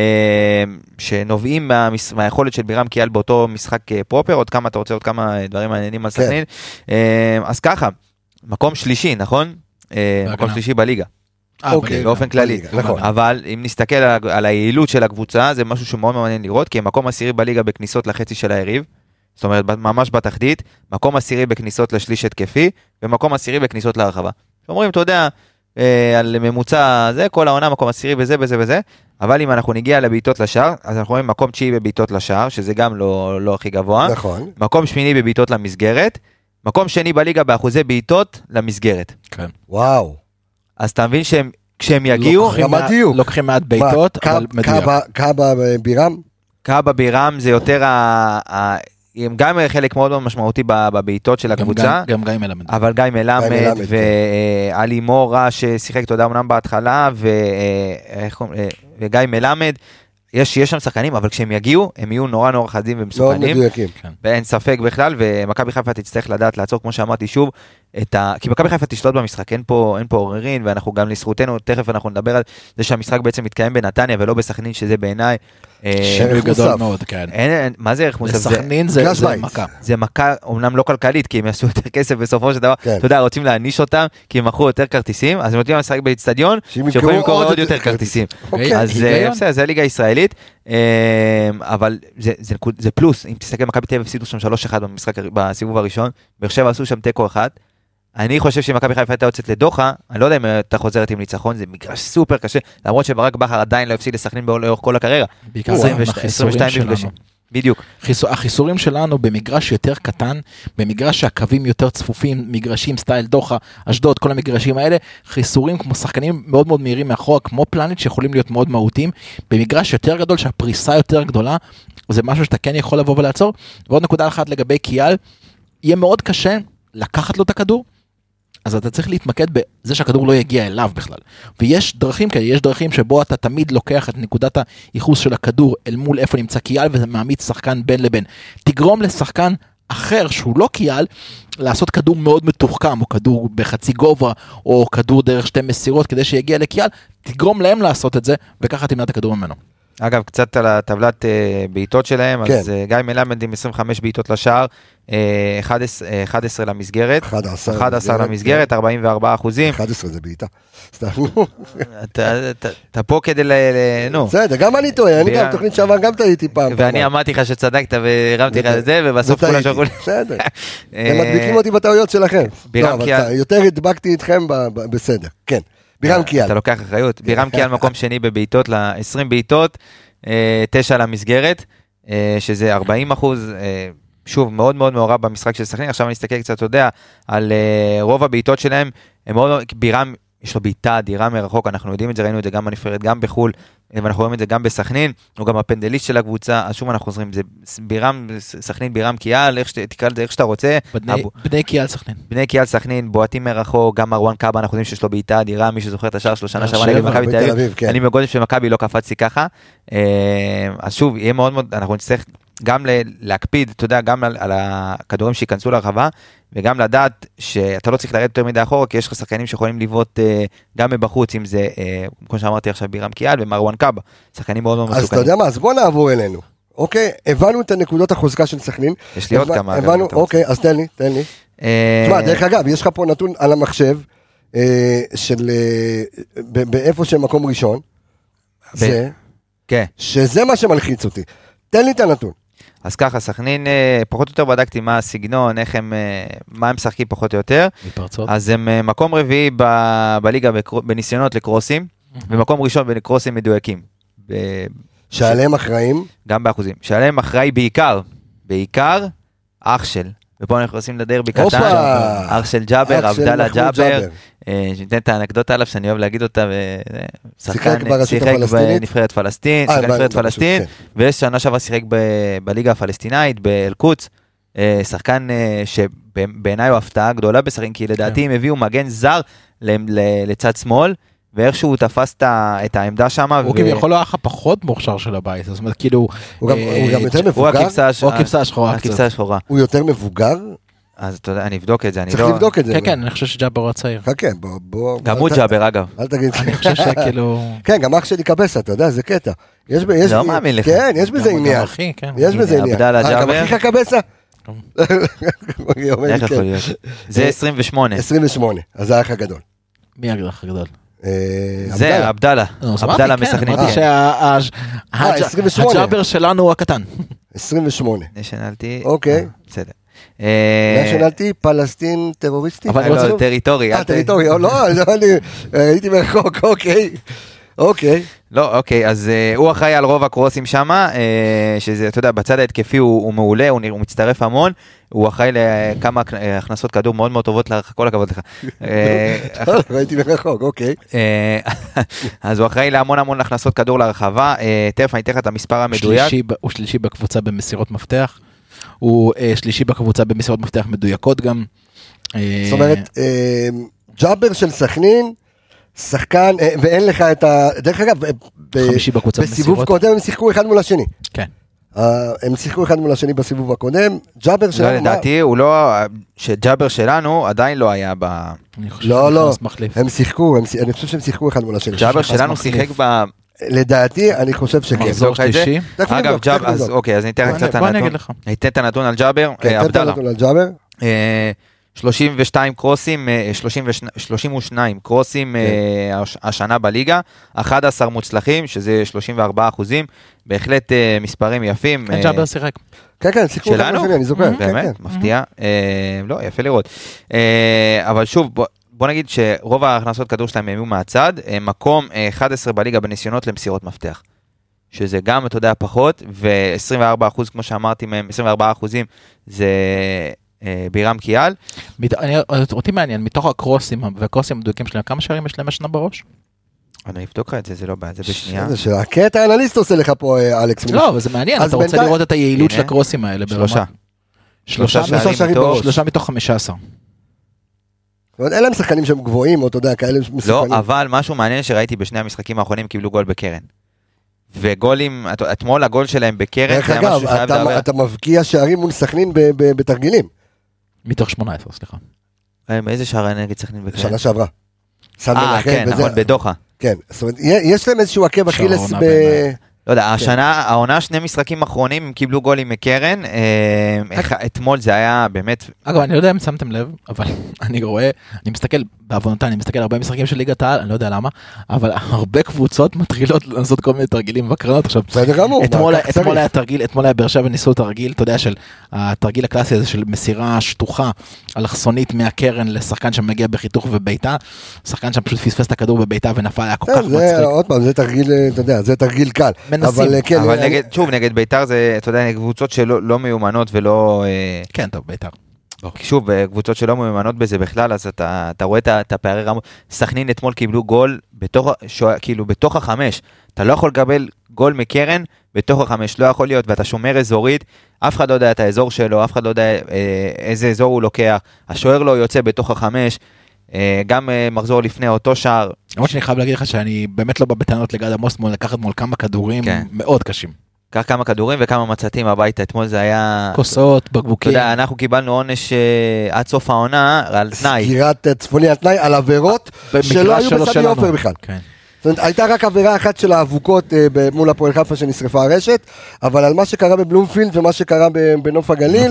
אה, שנובעים מהמס... מהיכולת של בירם קיאל באותו משחק אה, פרופר, עוד כמה אתה רוצה, עוד כמה דברים מעניינים על כן. סכנין. אה, אז ככה, מקום שלישי, נכון? אה, מקום בהגנה. שלישי בליגה. אה, אוקיי, בליגה. באופן כללי, בליגה, נכון. אבל אם נסתכל על, על היעילות של הקבוצה, זה משהו שמאוד מעניין לראות, כי הם מקום עשירי בליגה בכניסות לחצי של היריב, זאת אומרת, ממש בתחתית, מקום עשירי בכניסות לשליש התקפי, ומקום עשירי בכניסות להרחבה. אומרים, אתה יודע, אה, על ממוצע זה, כל העונה מקום עשירי בזה, בזה, בזה, אבל אם אנחנו נגיע לבעיטות לשער, אז אנחנו רואים מקום תשיעי בבעיטות לשער, שזה גם לא, לא הכי גבוה, נכון. מקום שמיני בבעיטות למסגרת, מקום שני בליגה באחוזי בעיטות למסגרת. כן. וואו. אז אתה מבין שהם, כשהם יגיעו, לוקחים רמת מעט- דיוק. לוקחים מעט בעיטות, מה, אבל קאב- מדויק. קאבה- קאבה בירם? קאבה בירם זה יותר, ה, ה, הם גם חלק מאוד מאוד משמעותי ב- בבעיטות של גם הקבוצה, גיא- גם גיא מלמד. אבל גיא מלמד מלמד, ואלי מורה ששיחק, אתה יודע, אמנם בהתחלה, ו- אה, איך קוראים- אה, וגיא מלמד, יש, יש שם שחקנים, אבל כשהם יגיעו, הם יהיו נורא נורא חדים מאוד ומסוכנים, מדויקים. ואין ספק בכלל, ומכבי חיפה תצטרך לדעת לעצור, כמו שאמרתי שוב, את ה... כי מכבי חיפה תשלוט במשחק, אין פה, אין פה עוררין, ואנחנו גם לזכותנו, תכף אנחנו נדבר על זה שהמשחק בעצם מתקיים בנתניה, ולא בסכנין, שזה בעיניי... אה, שינוי ערך גדול מוסף. מאוד, כן. אין, אין, מה זה ערך מוסף? זה, לסכנין זה מגרש זה בית. מכה. זה מכה, אומנם לא כלכלית, כי הם יעשו יותר כסף בסופו של דבר, כן. אתה יודע, רוצים להעניש אותם, כי הם מכרו יותר כרטיסים, אז הם נותנים לשחק באצטדיון, שהם שיכולים ימכרו למכור עוד עוד יותר יותר כרטיסים. אוקיי. אז היגיון. אה, בסדר, זה ליגה ישראלית, אה, אבל זה, זה, נקוד- זה פלוס, אם תסתכל, מכבי תל אביב הפסידו שם שלוש אחד במשחק, בסיבוב הראשון, באר שבע עשו שם תיקו אחד, אני חושב שמכבי חיפה הייתה יוצאת לדוחה, אני לא יודע אם אתה חוזרת עם ניצחון, זה מגרש סופר קשה, למרות שברק בכר עדיין לא הפסיד לסכנין לאורך כל הקריירה. בעיקר עשרים ושתיים החיסורים מפגשים. שלנו. בדיוק. חיסו- החיסורים שלנו במגרש יותר קטן, במגרש שהקווים יותר צפופים, מגרשים סטייל דוחה, אשדוד, כל המגרשים האלה, חיסורים כמו שחקנים מאוד מאוד מהירים מאחורה, כמו פלנט שיכולים להיות מאוד מהותיים, במגרש יותר גדול שהפריסה יותר גדולה, זה משהו שאתה כן יכול לבוא ולעצור. ועוד נקודה אחת לגבי קיאל, יהיה מאוד קשה לקחת לו את הכדור, אז אתה צריך להתמקד בזה שהכדור לא יגיע אליו בכלל. ויש דרכים כאלה, יש דרכים שבו אתה תמיד לוקח את נקודת הייחוס של הכדור אל מול איפה נמצא קיאל, וזה מעמיד שחקן בין לבין. תגרום לשחקן אחר שהוא לא קיאל, לעשות כדור מאוד מתוחכם, או כדור בחצי גובה, או כדור דרך שתי מסירות, כדי שיגיע לקיאל, תגרום להם לעשות את זה, וככה תמנע את הכדור ממנו. אגב, קצת על הטבלת בעיטות שלהם, כן. אז גיא מלמד עם עשרים וחמש בעיטות לשער, אחד עשרה למסגרת, אחד עשר למסגרת, ארבעים וארבעה אחוזים. אחד עשרה זה בעיטה. אתה פה כדי ל... נו. בסדר, גם אני טועה, אני גם תוכנית שעבר, גם טעיתי פעם. ואני אמרתי לך שצדקת והרמתי לך את זה, ובסוף כולה שרקו לי. בסדר, הם מדביקים אותי בטעויות שלכם. יותר הדבקתי איתכם בסדר, כן. בירם קיאל. אתה לוקח אחריות. בירם קיאל מקום שני בבעיטות, ל-עשרים בעיטות, תשע למסגרת, שזה ארבעים אחוז, שוב, מאוד מאוד מעורב במשחק של סכנין. עכשיו אני אסתכל קצת, אתה יודע, על רוב הבעיטות שלהם, בירם, יש לו בעיטה אדירה מרחוק, אנחנו יודעים את זה, ראינו את זה גם בנבחרת, גם בחול, ואנחנו רואים את זה גם בסכנין, הוא גם הפנדליסט של הקבוצה, אז שוב אנחנו חוזרים, זה בירם, סכנין, בירם קיאל, תקרא לזה איך שאתה רוצה. בני קיאל סכנין. בני קיאל סכנין, בועטים מרחוק, גם מרואן קאבה, אנחנו יודעים שיש לו בעיטה אדירה, מי שזוכר את השער שלו שנה שעברה נגד מכבי תל אביב, אני מגודל של מכבי לא קפצתי ככה, אז שוב, יהיה מאוד מאוד, אנחנו נצטרך גם להקפיד, אתה יודע, גם על הכדורים שיכנסו לרחבה, וגם לדעת שאתה לא צריך לרדת יותר מדי אחורה, כי יש לך שחקנים שיכולים לבעוט גם מבחוץ, אם זה, כמו שאמרתי עכשיו, בירם קיאל ומרואן קאבה, שחקנים מאוד מאוד מסוכנים. אז אתה יודע מה, אז בוא נעבור אלינו. אוקיי, הבנו את הנקודות החוזקה של סכנין. יש לי עוד כמה. הבנו, אוקיי, אז תן לי, תן לי. תשמע, דרך אגב, יש לך פה נתון על המחשב, של באיפה של מקום ראשון, זה, שזה מה שמלחיץ אותי. תן לי את הנתון. אז ככה, סכנין, פחות או יותר בדקתי מה הסגנון, איך הם, מה הם משחקים פחות או יותר. מפרצות. אז הם מקום רביעי ב- בליגה בניסיונות לקרוסים, ומקום ראשון בקרוסים מדויקים. שעליהם אחראים? גם באחוזים. שעליהם אחראי בעיקר, בעיקר אח של. ופה אנחנו עושים לדרבי קטן, אח של ג'אבר, עבדאללה ג'אבר, שניתן את האנקדוטה עליו שאני אוהב להגיד אותה, שיחק בנבחרת פלסטין, שיחק בנבחרת פלסטין, ויש שנה שעברה שיחק בליגה הפלסטינאית, באל-קודס, שחקן שבעיניי הוא הפתעה גדולה בסכנין, כי לדעתי הם הביאו מגן זר לצד שמאל, ואיכשהו הוא תפס את העמדה שם. הוא כביכול לא היה פחות מוכשר של הבית, זאת אומרת, כאילו... הוא גם יותר מבוגר? הוא הכבשה השחורה. הוא יותר מבוגר? אז אתה יודע, אני אבדוק את זה. צריך לבדוק את זה. כן, כן, אני חושב שג'אבר הוא הצעיר. חכה, בוא... גם הוא ג'אבר, אגב. אל תגיד. אני חושב שכאילו... כן, גם אח שלי קבסה, אתה יודע, זה קטע. לא מאמין לך. כן, יש בזה עניין. יש בזה עניין. גם אחיך קבסה? איך יכול להיות? זה עשרים ושמונה. עשרים ושמונה, אז זה האח הגדול. מי האח הגדול? זה עבדאללה. עבדאללה מסכנין. אמרתי שהג'אבר שלנו הוא הקטן. עשרים ושמונה. נשנלתי. אוקיי. בסדר. נשנלתי פלסטין טרוריסטי? אבל לא, טריטורי. אה, טריטורי, לא, הייתי מרחוק, אוקיי. אוקיי. לא, אוקיי, אז הוא אחראי על רוב הקרוסים שם, שזה, אתה יודע, בצד ההתקפי הוא מעולה, הוא מצטרף המון, הוא אחראי לכמה הכנסות כדור מאוד מאוד טובות, כל הכבוד לך. ראיתי מרחוק, אוקיי. אז הוא אחראי להמון המון הכנסות כדור לרחבה, תכף אני אתן לך את המספר המדויק. הוא שלישי בקבוצה במסירות מפתח, הוא שלישי בקבוצה במסירות מפתח מדויקות גם. זאת אומרת, ג'אבר של סכנין, שחקן, ואין לך את ה... דרך אגב, בסיבוב קודם הם שיחקו אחד מול השני. כן. הם שיחקו אחד מול השני בסיבוב הקודם, ג'אבר שלנו... לא, לדעתי, הוא לא... שג'אבר שלנו עדיין לא היה ב... לא, לא, הם שיחקו, אני חושב שהם שיחקו אחד מול השני. ג'אבר שלנו שיחק ב... לדעתי, אני חושב שכן. מחזור שלישי. אגב, ג'אבר, אז אוקיי, אז אני אתן קצת את הנתון. אני אתן את הנתון על ג'אבר, עבדאללה. שלושים ושתיים קרוסים, שלושים ושניים קרוסים השנה בליגה, אחד עשר מוצלחים, שזה שלושים וארבעה אחוזים, בהחלט מספרים יפים. כן, ג'אבר שיחק. כן, כן, שיחקו אחד משני, אני זוכר. באמת, מפתיע. לא, יפה לראות. אבל שוב, בוא נגיד שרוב ההכנסות כדור שלהם היו מהצד, מקום אחד עשר בליגה בניסיונות למסירות מפתח. שזה גם, אתה יודע, פחות, ו-עשרים וארבעה אחוז, כמו שאמרתי מהם, עשרים וארבעה אחוזים, זה... בירם קיאל. אותי מעניין, מתוך הקרוסים והקרוסים המדויקים שלהם, כמה שערים יש להם השנה בראש? אני אבדוק לך את זה, זה לא בעיה, זה בשנייה. זה שהקטע האנליסט עושה לך פה, אלכס. לא, אבל זה מעניין, אתה רוצה לראות את היעילות של הקרוסים האלה. שלושה. שלושה מתוך חמישה עשר. זאת אומרת, אלה הם שחקנים שהם גבוהים, או אתה יודע, כאלה מסוכנים. לא, אבל משהו מעניין שראיתי בשני המשחקים האחרונים, קיבלו גול בקרן. וגולים, אתמול הגול שלהם בקרן, דרך אגב, אתה, אתה מבקיע שערים מול סכנין ב- ב- בתרגילים. מתוך שמונה עשרה, סליחה. איזה שער נגד סכנין בקרן? שנה שעברה. אה, כן, וזה, נכון, בדוחה. כן, זאת אומרת, יש להם איזשהו עקב אכילס ב... לא יודע, השנה, העונה, שני משחקים אחרונים, הם קיבלו גולים מקרן, אתמול זה היה באמת... אגב, אני לא יודע אם שמתם לב, אבל אני רואה, אני מסתכל, בעוונותיי, אני מסתכל הרבה משחקים של ליגת העל, אני לא יודע למה, אבל הרבה קבוצות מתחילות לעשות כל מיני תרגילים בקרנות עכשיו. בסדר גמור. אתמול היה תרגיל, אתמול היה באר שבע ניסו תרגיל, אתה יודע, של התרגיל הקלאסי הזה של מסירה שטוחה, אלכסונית מהקרן לשחקן שמגיע בחיתוך וביתה, שחקן שם פשוט פספס את הכדור בביתה ונפל, היה כל כך מצחיק. עוד פעם, זה תרגיל, אתה יודע, זה תרגיל קל. אבל, כן, אבל נגד, שוב, נגד ביתר זה, אתה יודע, קבוצות שלא לא מיומנות ולא... כן, טוב, ביתר. שוב, קבוצות שלא מיומנות בזה בכלל, אז אתה, אתה רואה את הפערי רמות. סכנין אתמול קיבלו גול בתוך, כאילו, בתוך החמש. אתה לא יכול לקבל גול מקרן בתוך החמש, לא יכול להיות, ואתה שומר אזורית, אף אחד לא יודע את האזור שלו, אף אחד לא יודע איזה אזור הוא לוקח, השוער לא יוצא בתוך החמש, גם מחזור לפני אותו שער. למרות שאני חייב להגיד לך שאני באמת לא בא בטענות לגד עמוס מול לקחת מול כמה כדורים מאוד קשים. קח כמה כדורים וכמה מצתים הביתה, אתמול זה היה... כוסות, בקבוקים. אתה יודע, אנחנו קיבלנו עונש עד סוף העונה על תנאי. סגירת צפוני על תנאי, על עבירות שלא היו בסמי עופר בכלל. זאת אומרת, הייתה רק עבירה אחת של האבוקות מול הפועל חיפה שנשרפה הרשת, אבל על מה שקרה בבלומפילד ומה שקרה בנוף הגליל,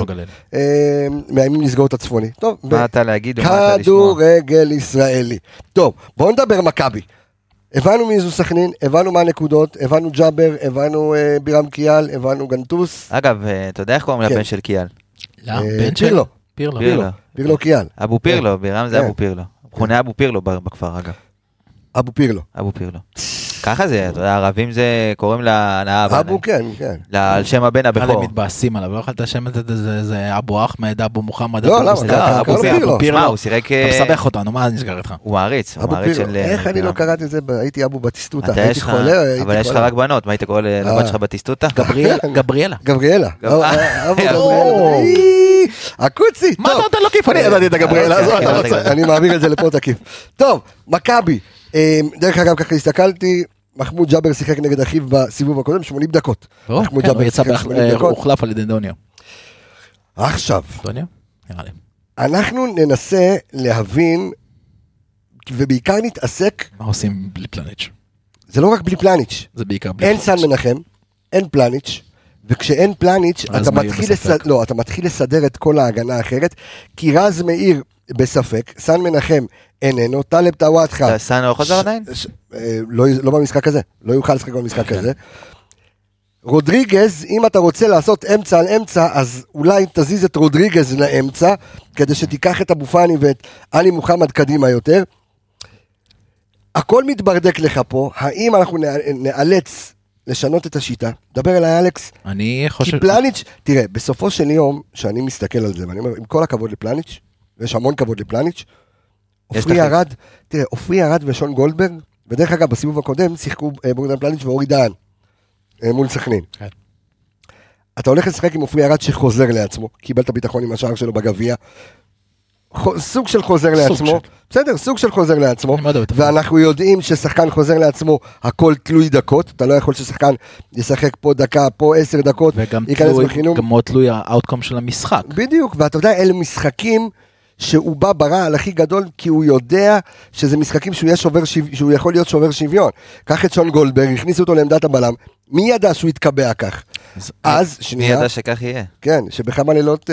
מאיימים לסגור את הצפוני. טוב, מה אתה להגיד ומה אתה לשמוע? כדורגל ישראלי. טוב, בואו נדבר מכבי. הבנו מי זו סכנין, הבנו מה הנקודות, הבנו ג'אבר, הבנו אה, בירם קיאל, הבנו גנטוס. אגב, אתה יודע איך קוראים לבן של קיאל? לא, בן של... פירלו. פירלו. פירלו. פירלו קיאל. אבו פירלו, בירם זה אבו פירלו. מכונה אבו פירלו בכפר, אגב. אבו פירלו. אבו פירלו. ככה זה, אתה יודע, הערבים זה, קוראים לאבא. אבו, כן, כן. על שם הבן הבכור. הם מתבאסים עליו, לא יכולת לשם את זה, זה אבו אחמד, אבו מוחמד. לא, למה? אבו פירלו. הוא שיחק... אתה מסבך אותנו, מה נסגר איתך? הוא מעריץ, הוא מעריץ של... איך אני לא קראתי את זה, הייתי אבו בטיסטוטה, הייתי חולה, הייתי אבל יש לך רק בנות, מה היית קורא לבת שלך בטיסטוטה? גבריאלה. גבריאלה. הקוצי. מה אתה נותן לו כיף? אני ידעתי את הגבריאלה הזאת. אני מעביר את זה לפה תקיף. טוב, מכבי. דרך אגב, ככה הסתכלתי, מחמוד ג'אבר שיחק נגד אחיו בסיבוב הקודם, שמונים דקות. מחמוד ג'אבר יצא הוחלף על ידי דוניו. עכשיו. דוניו? נראה לי. אנחנו ננסה להבין, ובעיקר נתעסק... מה עושים בלי פלניץ'? זה לא רק בלי פלניץ'. זה בעיקר בלי פלניץ'. אין סן מנחם, אין פלניץ', וכשאין פלניץ', אתה מתחיל, לסד... לא, אתה מתחיל לסדר את כל ההגנה האחרת, כי רז מאיר בספק, סן מנחם איננו, טלב טוואטחה. סן לא חוזר עדיין? לא, לא במשחק הזה, לא יוכל לשחק במשחק הזה. רודריגז, אם אתה רוצה לעשות אמצע על אמצע, אז אולי תזיז את רודריגז לאמצע, כדי שתיקח את אבו פאני ואת עלי מוחמד קדימה יותר. הכל מתברדק לך פה, האם אנחנו נאלץ לשנות את השיטה? דבר אליי אלכס. אני חושב... כי פלניץ', תראה, בסופו של יום, שאני מסתכל על זה, ואני אומר, עם כל הכבוד לפלניץ', ויש המון כבוד לפלניץ', אופרי ירד, תראה, אופרי ירד ושון גולדברג, ודרך אגב, בסיבוב הקודם, שיחקו בוגדן פלניץ' ואורי דהן, מול סכנין. כן. אתה הולך לשחק עם אופרי ירד שחוזר לעצמו, קיבל את הביטחון עם השער שלו בגביע, סוג של חוזר לעצמו, בסדר, סוג של חוזר לעצמו, ואנחנו יודעים ששחקן חוזר לעצמו, הכל תלוי דקות, אתה לא יכול ששחקן ישחק פה דקה, פה עשר דקות, ייכנס בחינום. וגם תלוי האוטקום של המשחק. בדיוק, ואתה יודע, אלה משחקים שהוא בא ברעל הכי גדול, כי הוא יודע שזה משחקים שהוא, שובר, שהוא יכול להיות שובר שוויון. קח את שון גולדברג, הכניסו אותו לעמדת הבלם, מי ידע שהוא יתקבע כך? אז, שנייה. מי ידע שכך יהיה? כן, שבכמה לילות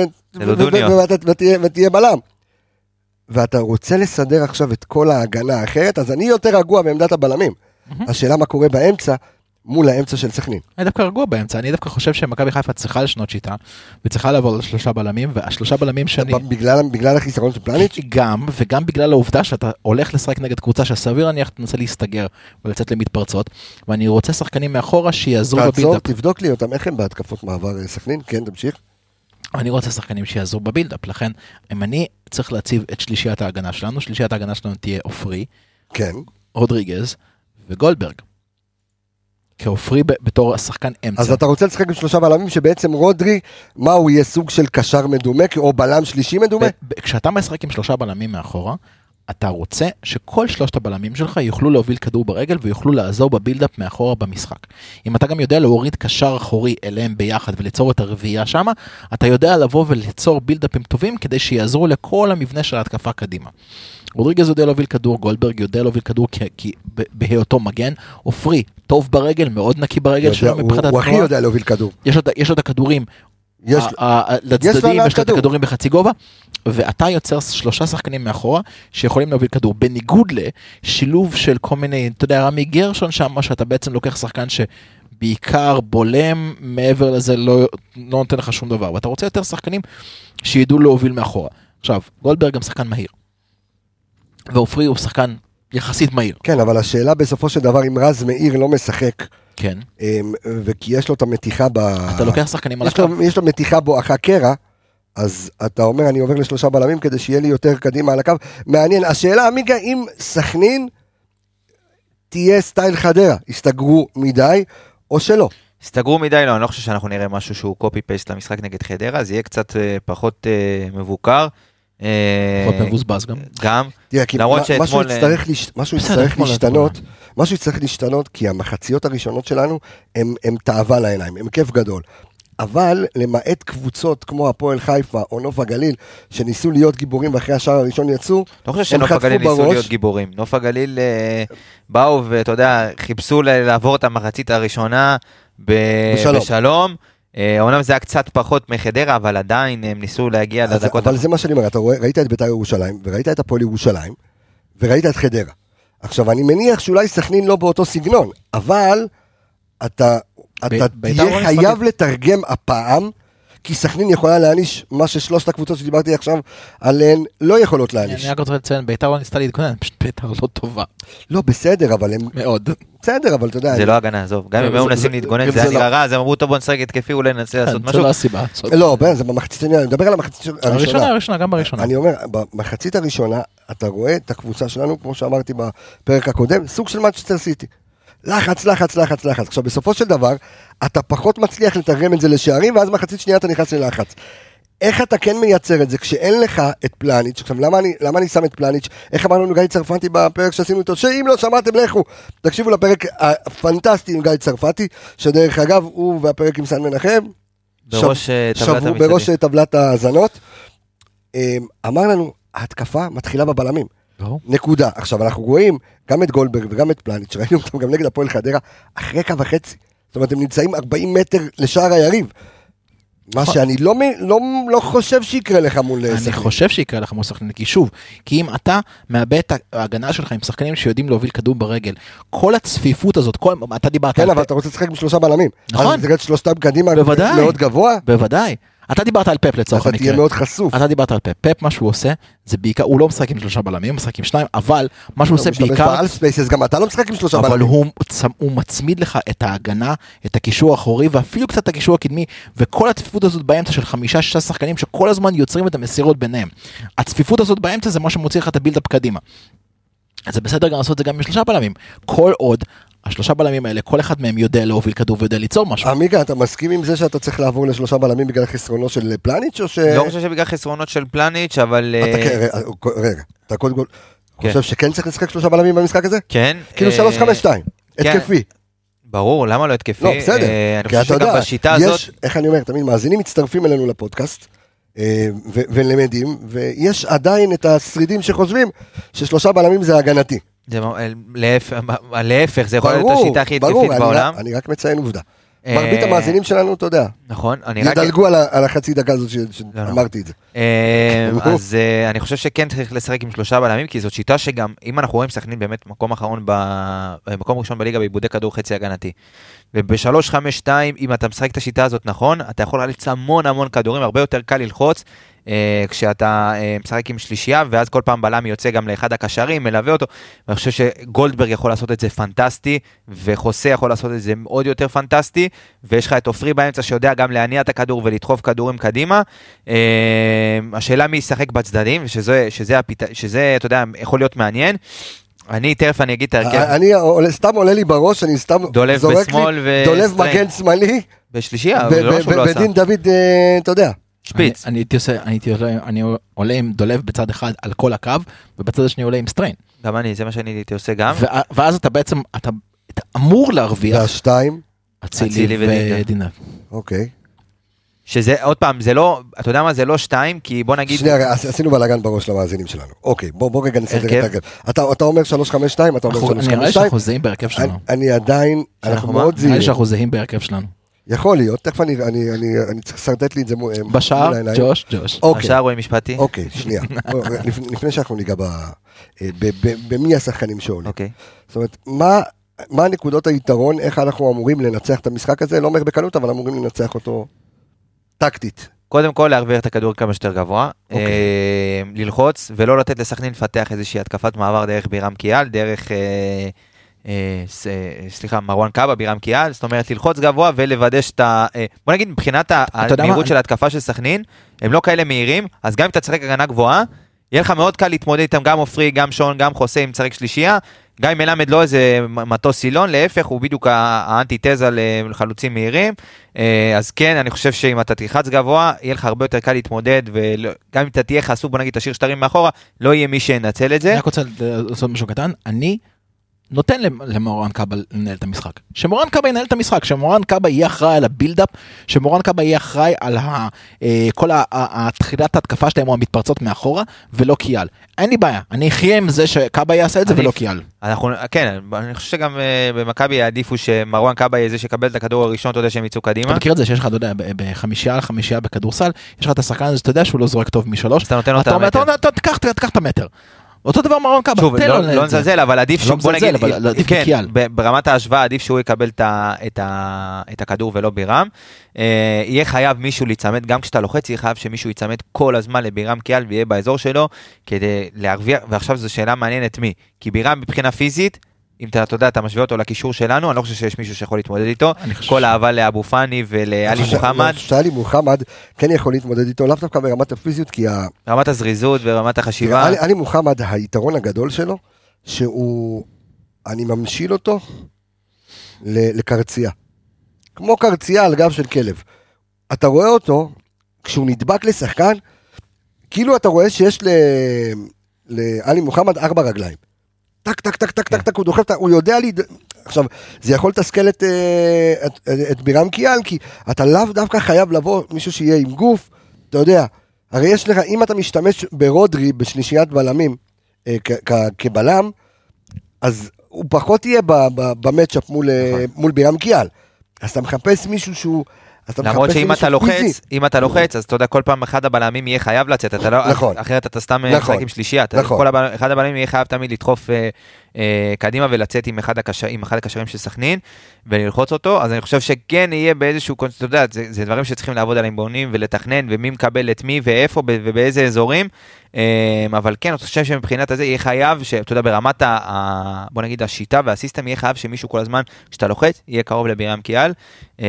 ותהיה בלם. ואתה רוצה לסדר עכשיו את כל ההגנה האחרת, אז אני יותר רגוע בעמדת הבלמים. השאלה מה קורה באמצע, מול האמצע של סכנין. אני דווקא רגוע באמצע, אני דווקא חושב שמכבי חיפה צריכה לשנות שיטה, וצריכה לעבור לשלושה בלמים, והשלושה בלמים שאני... בגלל, בגלל החיסרון של פלניץ'? גם, וגם בגלל העובדה שאתה הולך לשחק נגד קבוצה שהסביר להניח תנסה להסתגר, ולצאת למתפרצות, ואני רוצה שחקנים מאחורה שיעזרו בבילדאפ. תבדוק לי אותם, איך הם בהתקפות מעבר סכנין? כן, תמשיך. אני רוצה שחקנים שיעזרו בבילדאפ, לכן, אם אני צריך להציב את שלישיית ההגנה שלנו, שלישיית ההגנה שלנו תהיה אופרי, כן. רודריגז וגולדברג. כעופרי בתור השחקן אמצע. אז אתה רוצה לשחק עם שלושה בלמים שבעצם רודרי, מה הוא יהיה סוג של קשר מדומה, או בלם שלישי מדומה? כשאתה משחק עם שלושה בלמים מאחורה, אתה רוצה שכל שלושת הבלמים שלך יוכלו להוביל כדור ברגל ויוכלו לעזור בבילדאפ מאחורה במשחק. אם אתה גם יודע להוריד קשר אחורי אליהם ביחד וליצור את הרביעייה שם, אתה יודע לבוא וליצור בילדאפים טובים כדי שיעזרו לכל המבנה של ההתקפה קדימה. רודריגז יודע להוביל כדור, גולדברג יודע להוביל כדור כי, כי בהיותו מגן, עופרי טוב ברגל, מאוד נקי ברגל שלו מבחינת הוא הכי יודע להוביל כדור. יש לו, יש לו את הכדורים יש, לצדדים, יש, יש לו את הכדורים בחצי גובה, ואתה יוצר שלושה שחקנים מאחורה שיכולים להוביל כדור, בניגוד לשילוב של כל מיני, אתה יודע, רמי גרשון שם, שאתה בעצם לוקח שחקן שבעיקר בולם, מעבר לזה לא, לא נותן לך שום דבר, ואתה רוצה יותר שחקנים שידעו להוביל מאחורה. עכשיו, גולדברג גם שחקן מהיר, ועופרי הוא שחקן יחסית מהיר. כן, אבל השאלה בסופו של דבר, אם רז מאיר לא משחק, כן. וכי יש לו את המתיחה ב... אתה לוקח שחקנים על הקו. יש לו מתיחה בואכה קרע, אז אתה אומר, אני עובר לשלושה בלמים כדי שיהיה לי יותר קדימה על הקו. מעניין, השאלה, עמיגה, אם סכנין תהיה סטייל חדרה, הסתגרו מדי או שלא? הסתגרו מדי, לא, אני לא חושב שאנחנו נראה משהו שהוא קופי-פייסט למשחק נגד חדרה, זה יהיה קצת פחות מבוקר. פחות מבוזבז גם. גם. תראה, כי משהו יצטרך להשתנות, משהו יצטרך להשתנות, כי המחציות הראשונות שלנו הם תאווה לעיניים, הם כיף גדול. אבל למעט קבוצות כמו הפועל חיפה או נוף הגליל, שניסו להיות גיבורים ואחרי השער הראשון יצאו, לא חושב שנוף הגליל ניסו להיות גיבורים. נוף הגליל באו ואתה יודע, חיפשו לעבור את המחצית הראשונה בשלום. אומנם זה היה קצת פחות מחדרה, אבל עדיין הם ניסו להגיע לדקות. אבל זה מה שאני אומר, אתה ראית את בית"ר ירושלים, וראית את הפועל ירושלים, וראית את חדרה. עכשיו, אני מניח שאולי סכנין לא באותו סגנון, אבל אתה תהיה חייב לתרגם הפעם, כי סכנין יכולה להניש מה ששלושת הקבוצות שדיברתי עכשיו עליהן לא יכולות להניש. אני רק רוצה לציין, בית"ר לא ניסתה להתכונן, פשוט בית"ר לא טובה. לא, בסדר, אבל הם... מאוד. בסדר, אבל אתה יודע... זה לא הגנה, עזוב. גם אם הם מנסים להתגונן, זה היה נראה רע, אז הם אמרו, טוב, בוא נשחק התקפי, אולי ננסה לעשות משהו. זה לא הסיבה. לא, זה במחצית הראשונה, אני מדבר על המחצית הראשונה. הראשונה, הראשונה, גם בראשונה. אני אומר, במחצית הראשונה, אתה רואה את הקבוצה שלנו, כמו שאמרתי בפרק הקודם, סוג של מנצ'סטר סיטי. לחץ, לחץ, לחץ, לחץ. עכשיו, בסופו של דבר, אתה פחות מצליח לתרגם את זה לשערים, ואז מחצית שנייה אתה נכנס ללחץ. איך אתה כן מייצר את זה, כשאין לך את פלניץ', עכשיו, למה אני, למה אני שם את פלניץ'? איך אמרנו עם גיא צרפתי בפרק שעשינו איתו, שאם לא שמעתם, לכו, תקשיבו לפרק הפנטסטי עם גיא צרפתי, שדרך אגב, הוא והפרק עם סן מנחם, בראש שב, טבלת שבו בראש טבלת ההזנות, אמר לנו, ההתקפה מתחילה בבלמים. נקודה. עכשיו אנחנו רואים גם את גולדברג וגם את פלניץ', ראינו אותם גם נגד הפועל חדרה, אחרי קו וחצי. זאת אומרת, הם נמצאים ארבעים מטר לשער היריב. מה שאני לא, לא, לא חושב שיקרה לך מול סכנין. אני חושב שיקרה לך מול סכנין, כי שוב, כי אם אתה מאבד את ההגנה שלך עם שחקנים שיודעים להוביל כדור ברגל, כל הצפיפות הזאת, כל, אתה דיברת... כן, אבל אתה רוצה לשחק עם שלושה בלמים. נכון. אז תגיד שלושתם קדימה מאוד גבוה. בוודאי. אתה דיברת על פפ לצורך המקרה. אתה תהיה מאוד חשוף. אתה דיברת על פפ. פפ, מה שהוא עושה, זה בעיקר, הוא לא משחק עם שלושה בלמים, הוא משחק עם שניים, אבל מה שהוא עושה בעיקר... הוא משתמש ספייסס, גם אתה לא משחק עם שלושה בלמים. אבל הוא מצמיד לך את ההגנה, את הקישור האחורי, ואפילו קצת את הקישור הקדמי, וכל הצפיפות הזאת באמצע של חמישה, שישה שחקנים, שכל הזמן יוצרים את המסירות ביניהם. הצפיפות הזאת באמצע זה מה שמוציא לך את הבילדאפ קדימה. אז זה בסדר גם לעשות את זה גם עם שלושה בלמים. כל עוד השלושה בלמים האלה, כל אחד מהם יודע להוביל כדור ויודע ליצור משהו. עמיגה, אתה מסכים עם זה שאתה צריך לעבור לשלושה בלמים בגלל חסרונו של פלניץ' או ש... לא חושב שבגלל חסרונות של פלניץ', אבל... רגע, אתה קודם כל חושב שכן צריך לשחק שלושה בלמים במשחק הזה? כן. כאילו שלוש חמש שתיים, התקפי. ברור, למה לא התקפי? לא, בסדר. אני חושב שגם בשיטה הזאת... איך אני אומר, תמיד מאזינים מצטרפים אלינו לפודקאסט, ולמדים, ויש עדיין את השרידים שחושבים ששלושה בלמים זה הגנתי. להפך, זה יכול להיות השיטה הכי התקפית בעולם. אני רק מציין עובדה. מרבית המאזינים שלנו, אתה יודע, נכון, ידלגו על החצי דקה הזאת שאמרתי את זה. אז אני חושב שכן צריך לשחק עם שלושה בלמים, כי זאת שיטה שגם, אם אנחנו רואים סכנין באמת מקום אחרון, מקום ראשון בליגה בעיבודי כדור חצי הגנתי, וב-שלוש חמש שתיים, אם אתה משחק את השיטה הזאת נכון, אתה יכול להליץ המון המון כדורים, הרבה יותר קל ללחוץ, כשאתה משחק עם שלישייה, ואז כל פעם בלם יוצא גם לאחד הקשרים, מלווה אותו, ואני חושב שגולדברג יכול לעשות את זה פנטסטי, וחוסה יכול לעשות את זה מאוד יותר פנטסטי, ויש לך את עופרי באמצע שיודע גם להניע את הכדור ולדחוף כדורים קדימה. השאלה מי ישחק בצדדים, שזה, שזה, שזה, אתה יודע, יכול להיות מעניין. אני תכף אני אגיד את ההרכב. אני סתם עולה לי בראש, אני סתם דולב זורק בשמאל לי, ו- דולב סטריין. מגן שמאלי, בשלישייה, ו- אבל לא ו- שהוא לא ו- עשה. ודין דוד, אה, אתה יודע. שפיץ. אני הייתי עושה, אני הייתי עולה, אני עולה עם דולב בצד אחד על כל הקו, ובצד השני עולה עם סטריין. גם אני, זה מה שאני הייתי עושה גם. ו- ואז אתה בעצם, אתה אתה אמור להרוויח והשתיים, אצילי אצילי ודינדה. ודינדה. אוקיי. שזה, עוד פעם, זה לא, אתה יודע מה, זה לא שתיים, כי בוא נגיד... שנייה, רגע, עשינו בלאגן בראש למאזינים שלנו. אוקיי, בוא בוא רגע נסדר את הרכב? ההרכב. אתה אתה אומר שלוש חמש שתיים, אתה אומר אנחנו- שלוש נראה חמש לי שתיים. שאנחנו זהים בהרכב אני- שלנו. אני עדיין, אנחנו שאנחנו מה? מאוד נראה לי זהירים. שאנחנו זהים בהרכב שלנו. יכול להיות, תכף אני, אני, אני, אני צריך לסרטט לי את זה מול מול בשער, העיניים. ג'וש, ג'וש. אוקיי, השאר רואה משפטי. אוקיי, שנייה. בוא, לפני, לפני שאנחנו ניגע ב, אה, ב, ב, במי השחקנים שעולים. אוקיי. זאת אומרת, מה, מה נקודות היתרון, איך אנחנו אמורים לנצח את המשחק הזה? לא אומר בקלות, אבל אמורים לנצח אותו טקטית. קודם כל להרוויח את הכדור כמה שיותר גבוה, אוקיי. אה, ללחוץ ולא לתת לסכנין לפתח איזושהי התקפת מעבר דרך בירם קיאל, דרך, אה, אה, ס, אה, סליחה, מרואן קאבה, בירם קיאל, זאת אומרת ללחוץ גבוה ולוודא שאתה, אה, בוא נגיד מבחינת ה- יודע מה? המהירות של ההתקפה של סכנין, הם לא כאלה מהירים, אז גם אם אתה תשחק הגנה גבוהה, יהיה לך מאוד קל להתמודד איתם, גם עופרי, גם שון, גם חוסה, אם תשחק שלישייה, גם אם מלמד לא איזה מטוס סילון, להפך, הוא בדיוק האנטיתזה לחלוצים מהירים, אז כן, אני חושב שאם אתה תלחץ גבוה, יהיה לך הרבה יותר קל להתמודד, וגם אם אתה תהיה חסות, בוא נגיד, תשאיר שטרים מאחורה, לא יהיה מי שינצל את זה. אני רק רוצה לעשות משהו קטן, אני נותן למורן קאבה לנהל את המשחק. שמורן קאבה ינהל את המשחק, שמורן קאבה יהיה אחראי על הבילדאפ, שמורן קאבה יהיה אחראי על ה- אה, כל התחילת ההתקפה שלהם או המתפרצות מאחורה, ולא קיאל. אין לי בעיה, אני אחיה עם זה שקאבה יעשה את זה עדיף. ולא קיאל. אנחנו, כן, אני חושב שגם uh, במכבי יעדיפו שמרואן קאבה יהיה זה שיקבל את הכדור הראשון, אתה יודע שהם יצאו קדימה. אתה מכיר את זה שיש לך, אתה יודע, ב- בחמישייה על חמישייה בכדורסל, יש לך את השחקן הזה, אתה יודע שהוא לא זורק טוב משלוש, אז אתה נותן לו את אתה אומר, המטר. אתה- אתה- תיקח תיקח את המטר. אותו דבר מרואן קאבה, שוב, תן לו לא, לנהל לא את זה. נזלזל, אבל עדיף לא שהוא, בוא מזלזל, נגיד, אבל עדיף כן, מקיאל. ב- ברמת ההשוואה עדיף שהוא יקבל את, ה, את, ה, את הכדור ולא בירם. אה, יהיה חייב מישהו להיצמד, גם כשאתה לוחץ, יהיה חייב שמישהו ייצמד כל הזמן לבירם קיאל ויהיה באזור שלו, כדי להרוויח, ועכשיו זו שאלה מעניינת מי, כי בירם מבחינה פיזית, אם אתה, אתה יודע, אתה משווה אותו לקישור שלנו, אני לא חושב שיש מישהו שיכול להתמודד איתו, אני חושב כל ש- האהבה לאבו פאני ולאלי מוחמד, שאלי מוחמד כן יכול להתמודד איתו, לאו דווקא ברמת הפיזיות, כי ה- רמת הזריזות ורמת החשיבה, עלי עלי מוחמד, היתרון הגדול שלו, שהוא, אני ממשיל אותו ל- לקרצייה. כמו קרצייה על גב של כלב. אתה רואה אותו, כשהוא נדבק לשחקן, כאילו אתה רואה שיש ל- לעלי מוחמד ארבע רגליים. טק, טק, טק, טק, טק, טק, הוא דוחף, הוא יודע לי, עכשיו, זה יכול לתסכל את, אה, את, את בירם קיאל, כי אתה לאו דווקא חייב לבוא מישהו שיהיה עם גוף, אתה יודע, הרי יש לך, אם אתה משתמש ברודרי בשלישיית בלמים, אה, כ- כ- כבלם, אז הוא פחות יהיה ב- ב- במצ'אפ מול, אה, מול בירם קיאל, אז אתה מחפש מישהו שהוא, אז אתה למרות מחפש שאם מישהו אתה פיזי. לוחץ, אם אתה לוחץ, אז אתה יודע, כל פעם אחד הבלמים יהיה חייב לצאת, אתה לא, נכון. אחרת אתה סתם נכון. משחק עם שלישייה, אתה- נכון. כל הבלמים- אחד הבלמים יהיה חייב תמיד לדחוף אה, אה, קדימה ולצאת עם אחד הקשר- עם אחד הקשרים של סכנין, וללחוץ אותו, אז אני חושב שכן יהיה באיזשהו, אתה יודע, זה, זה דברים שצריכים לעבוד עליהם בונים ולתכנן, ומי מקבל את מי ואיפה ב- ובאיזה אזורים, אה, אבל כן, אני חושב שמבחינת הזה יהיה חייב, שאתה יודע, ברמת ה, ה, בוא נגיד השיטה והסיסטם, יהיה חייב שמישהו כל הזמן, כשאתה לוחץ, יהיה קרוב לבירם קיאל, אה,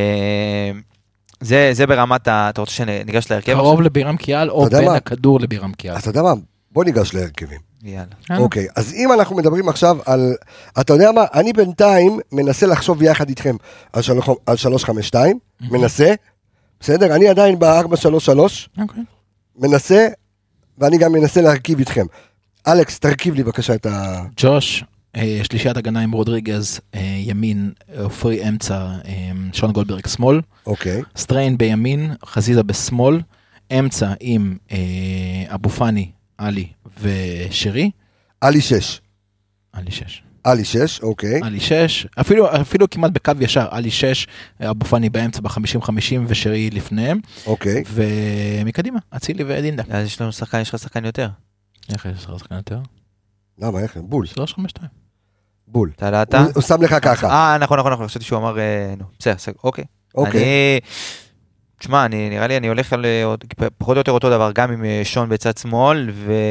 זה, זה ברמת ה... אתה רוצה שניגש להרכב? קרוב לבירם קיאל, או אתה יודע בין מה? הכדור לבירם קיאל. אתה יודע מה, בוא ניגש להרכבים. יאללה. אוקיי, אז אם אנחנו מדברים עכשיו על, אתה יודע מה, אני בינתיים מנסה לחשוב יחד איתכם על שלוש- על שלוש חמש שתיים, מנסה, בסדר? אני עדיין ב-ארבע שלוש שלוש, אוקיי. מנסה, ואני גם מנסה להרכיב איתכם. אלכס, תרכיב לי בבקשה את ה... ג'וש, אה, שלישיית הגנה עם רודריגז, אה, ימין, עופרי אמצע, אה, שון גולדברג שמאל, אוקיי, סטריין בימין, חזיזה בשמאל, אמצע עם אה, אבו פאני, עלי ושרי, עלי שש, עלי שש. עלי שש, אוקיי, עלי שש, אפילו, אפילו כמעט בקו ישר, עלי שש, אבו פאני באמצע ב-חמישים חמישים ושרי לפניהם, אוקיי. ומקדימה, אצילי ודינדה. אז יש לנו שחקן, יש לך שחקן יותר. איך יש לך שחקן יותר? למה, איך? בול, שלוש חמש שתיים. בול. אתה יודעת? הוא- הוא שם לך ככה. אה, נכון, נכון, נכון, חשבתי שהוא אמר, אה, נו, בסדר, בסדר, אוקיי. אוקיי. אני, תשמע, אני, נראה לי, אני הולך על אה, עוד- פחות או יותר אותו דבר, גם עם אה, שון בצד שמאל,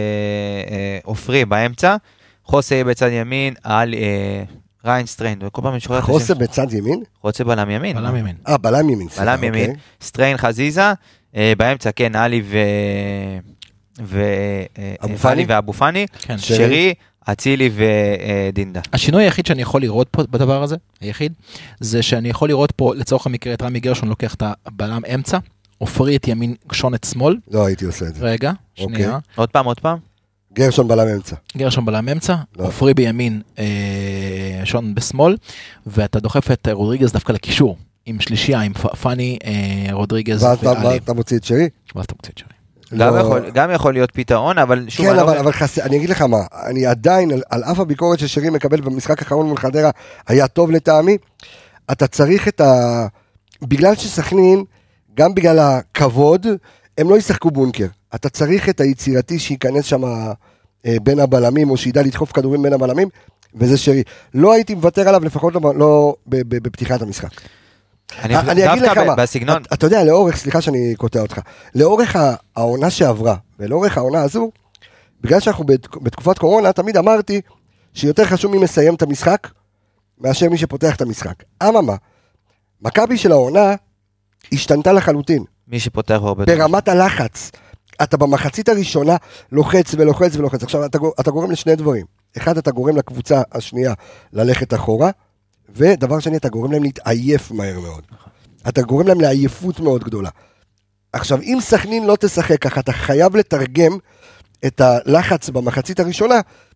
ועופרי באמצע, חוסה יהיה בצד ימין, על אה, ריין סטריין, וכל פעם אני שוכח את השם. חוסה בצד ימין? חוסה בלם ימין. בלם ימין. אה, בלם ימין. סליחה, בלם ימין, אוקיי. סטריין חזיזה, אה, באמצע כן, עלי ו... ו... אה, אבו עלי פאני? ואבו פאני, כן. שרי. שרי, אצילי ודינדה. השינוי היחיד שאני יכול לראות פה בדבר הזה, היחיד, זה שאני יכול לראות פה לצורך המקרה את רמי גרשון לוקח את הבלם אמצע, עופרי את ימין, שון את שמאל. לא הייתי עושה את זה. רגע, שנייה. עוד פעם, עוד פעם. גרשון בלם אמצע. גרשון בלם אמצע, עופרי בימין, שון בשמאל, ואתה דוחף את רודריגז דווקא לקישור, עם שלישייה, עם פאני, רודריגז ואלי. ואתה מוציא את שרי? ואתה מוציא את שרי. גם, לא... יכול, גם יכול להיות פתרון, אבל שוב... כן, אני, אבל, לא... אבל חס... אני אגיד לך מה, אני עדיין, על, על אף הביקורת ששרי מקבל במשחק האחרון מול חדרה, היה טוב לטעמי, אתה צריך את ה... בגלל שסכנין, גם בגלל הכבוד, הם לא ישחקו בונקר. אתה צריך את היצירתי שייכנס שם אה, בין הבלמים, או שידע לדחוף כדורים בין הבלמים, וזה שרי. לא הייתי מוותר עליו, לפחות לא, לא בפתיחת המשחק. אני, אני אגיד לך מה, בסגנון... אתה יודע, לאורך, סליחה שאני קוטע אותך, לאורך העונה שעברה, ולאורך העונה הזו, בגלל שאנחנו בתקופת קורונה, תמיד אמרתי שיותר חשוב מי מסיים את המשחק, מאשר מי שפותח את המשחק. אממה, מכבי של העונה השתנתה לחלוטין. מי שפותח הרבה... ברמת הלחץ. אתה במחצית הראשונה לוחץ ולוחץ ולוחץ. עכשיו, אתה, אתה גורם לשני דברים. אחד, אתה גורם לקבוצה השנייה ללכת אחורה, ודבר שני, אתה גורם להם להתעייף מהר מאוד. אתה גורם להם לעייפות מאוד גדולה. עכשיו, אם סכנין לא תשחק ככה, אתה חייב לתרגם את הלחץ במחצית הראשונה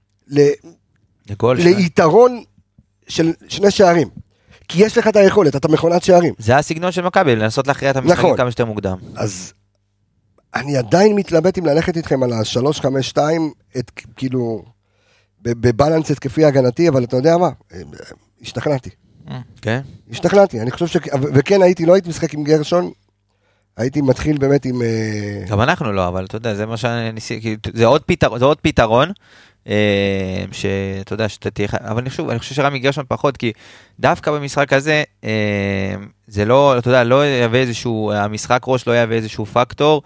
ליתרון של שני שערים. כי יש לך את היכולת, אתה מכונת שערים. זה הסגנון של מכבי, לנסות להכריע את המשחקים נכון. כמה שיותר מוקדם. אז אני עדיין מתלבט אם ללכת איתכם על ה-שלוש חמש שתיים, כאילו, בבלנס התקפי הגנתי, אבל אתה יודע מה? השתכנעתי. כן? השתכנעתי, אני חושב ש... וכן הייתי, לא הייתי משחק עם גרשון, הייתי מתחיל באמת עם... גם אנחנו לא, אבל אתה יודע, זה מה שאני ניסי... זה עוד פתרון, זה עוד פתרון, שאתה יודע, שאתה תהיה... אבל אני חושב, אני חושב שרמי גרשון פחות, כי דווקא במשחק הזה, זה לא, אתה יודע, לא יביא איזשהו, המשחק ראש לא יביא איזשהו פקטור,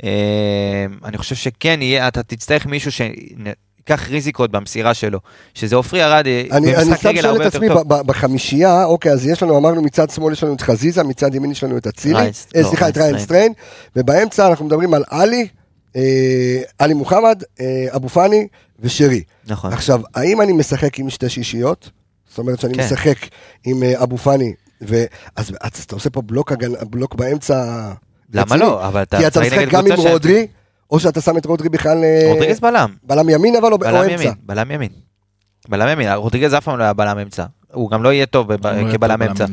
אני חושב שכן יהיה, אתה תצטרך מישהו ש... כך ריזיקות במסירה שלו, שזה עופרי ירד במשחק רגל הרבה יותר טוב. אני שם שאל את עצמי בחמישייה, אוקיי, אז יש לנו, אמרנו מצד שמאל יש לנו את חזיזה, מצד ימין יש לנו את אצילי, סליחה, את ריין סטריין, ובאמצע אנחנו מדברים על עלי, עלי מוחמד, אבו פאני ושרי. נכון. עכשיו, האם אני משחק עם שתי שישיות? זאת אומרת שאני משחק עם אבו פאני, אז אתה עושה פה בלוק באמצע... למה לא? אבל אתה... כי אתה משחק גם עם רודרי, או שאתה שם את רודריגז בכלל... רודריגז בלם. בלם ימין אבל או אמצע? בלם ימין. בלם ימין. רודריגז אף פעם לא היה בלם אמצע. הוא גם לא יהיה טוב כבלם אמצע.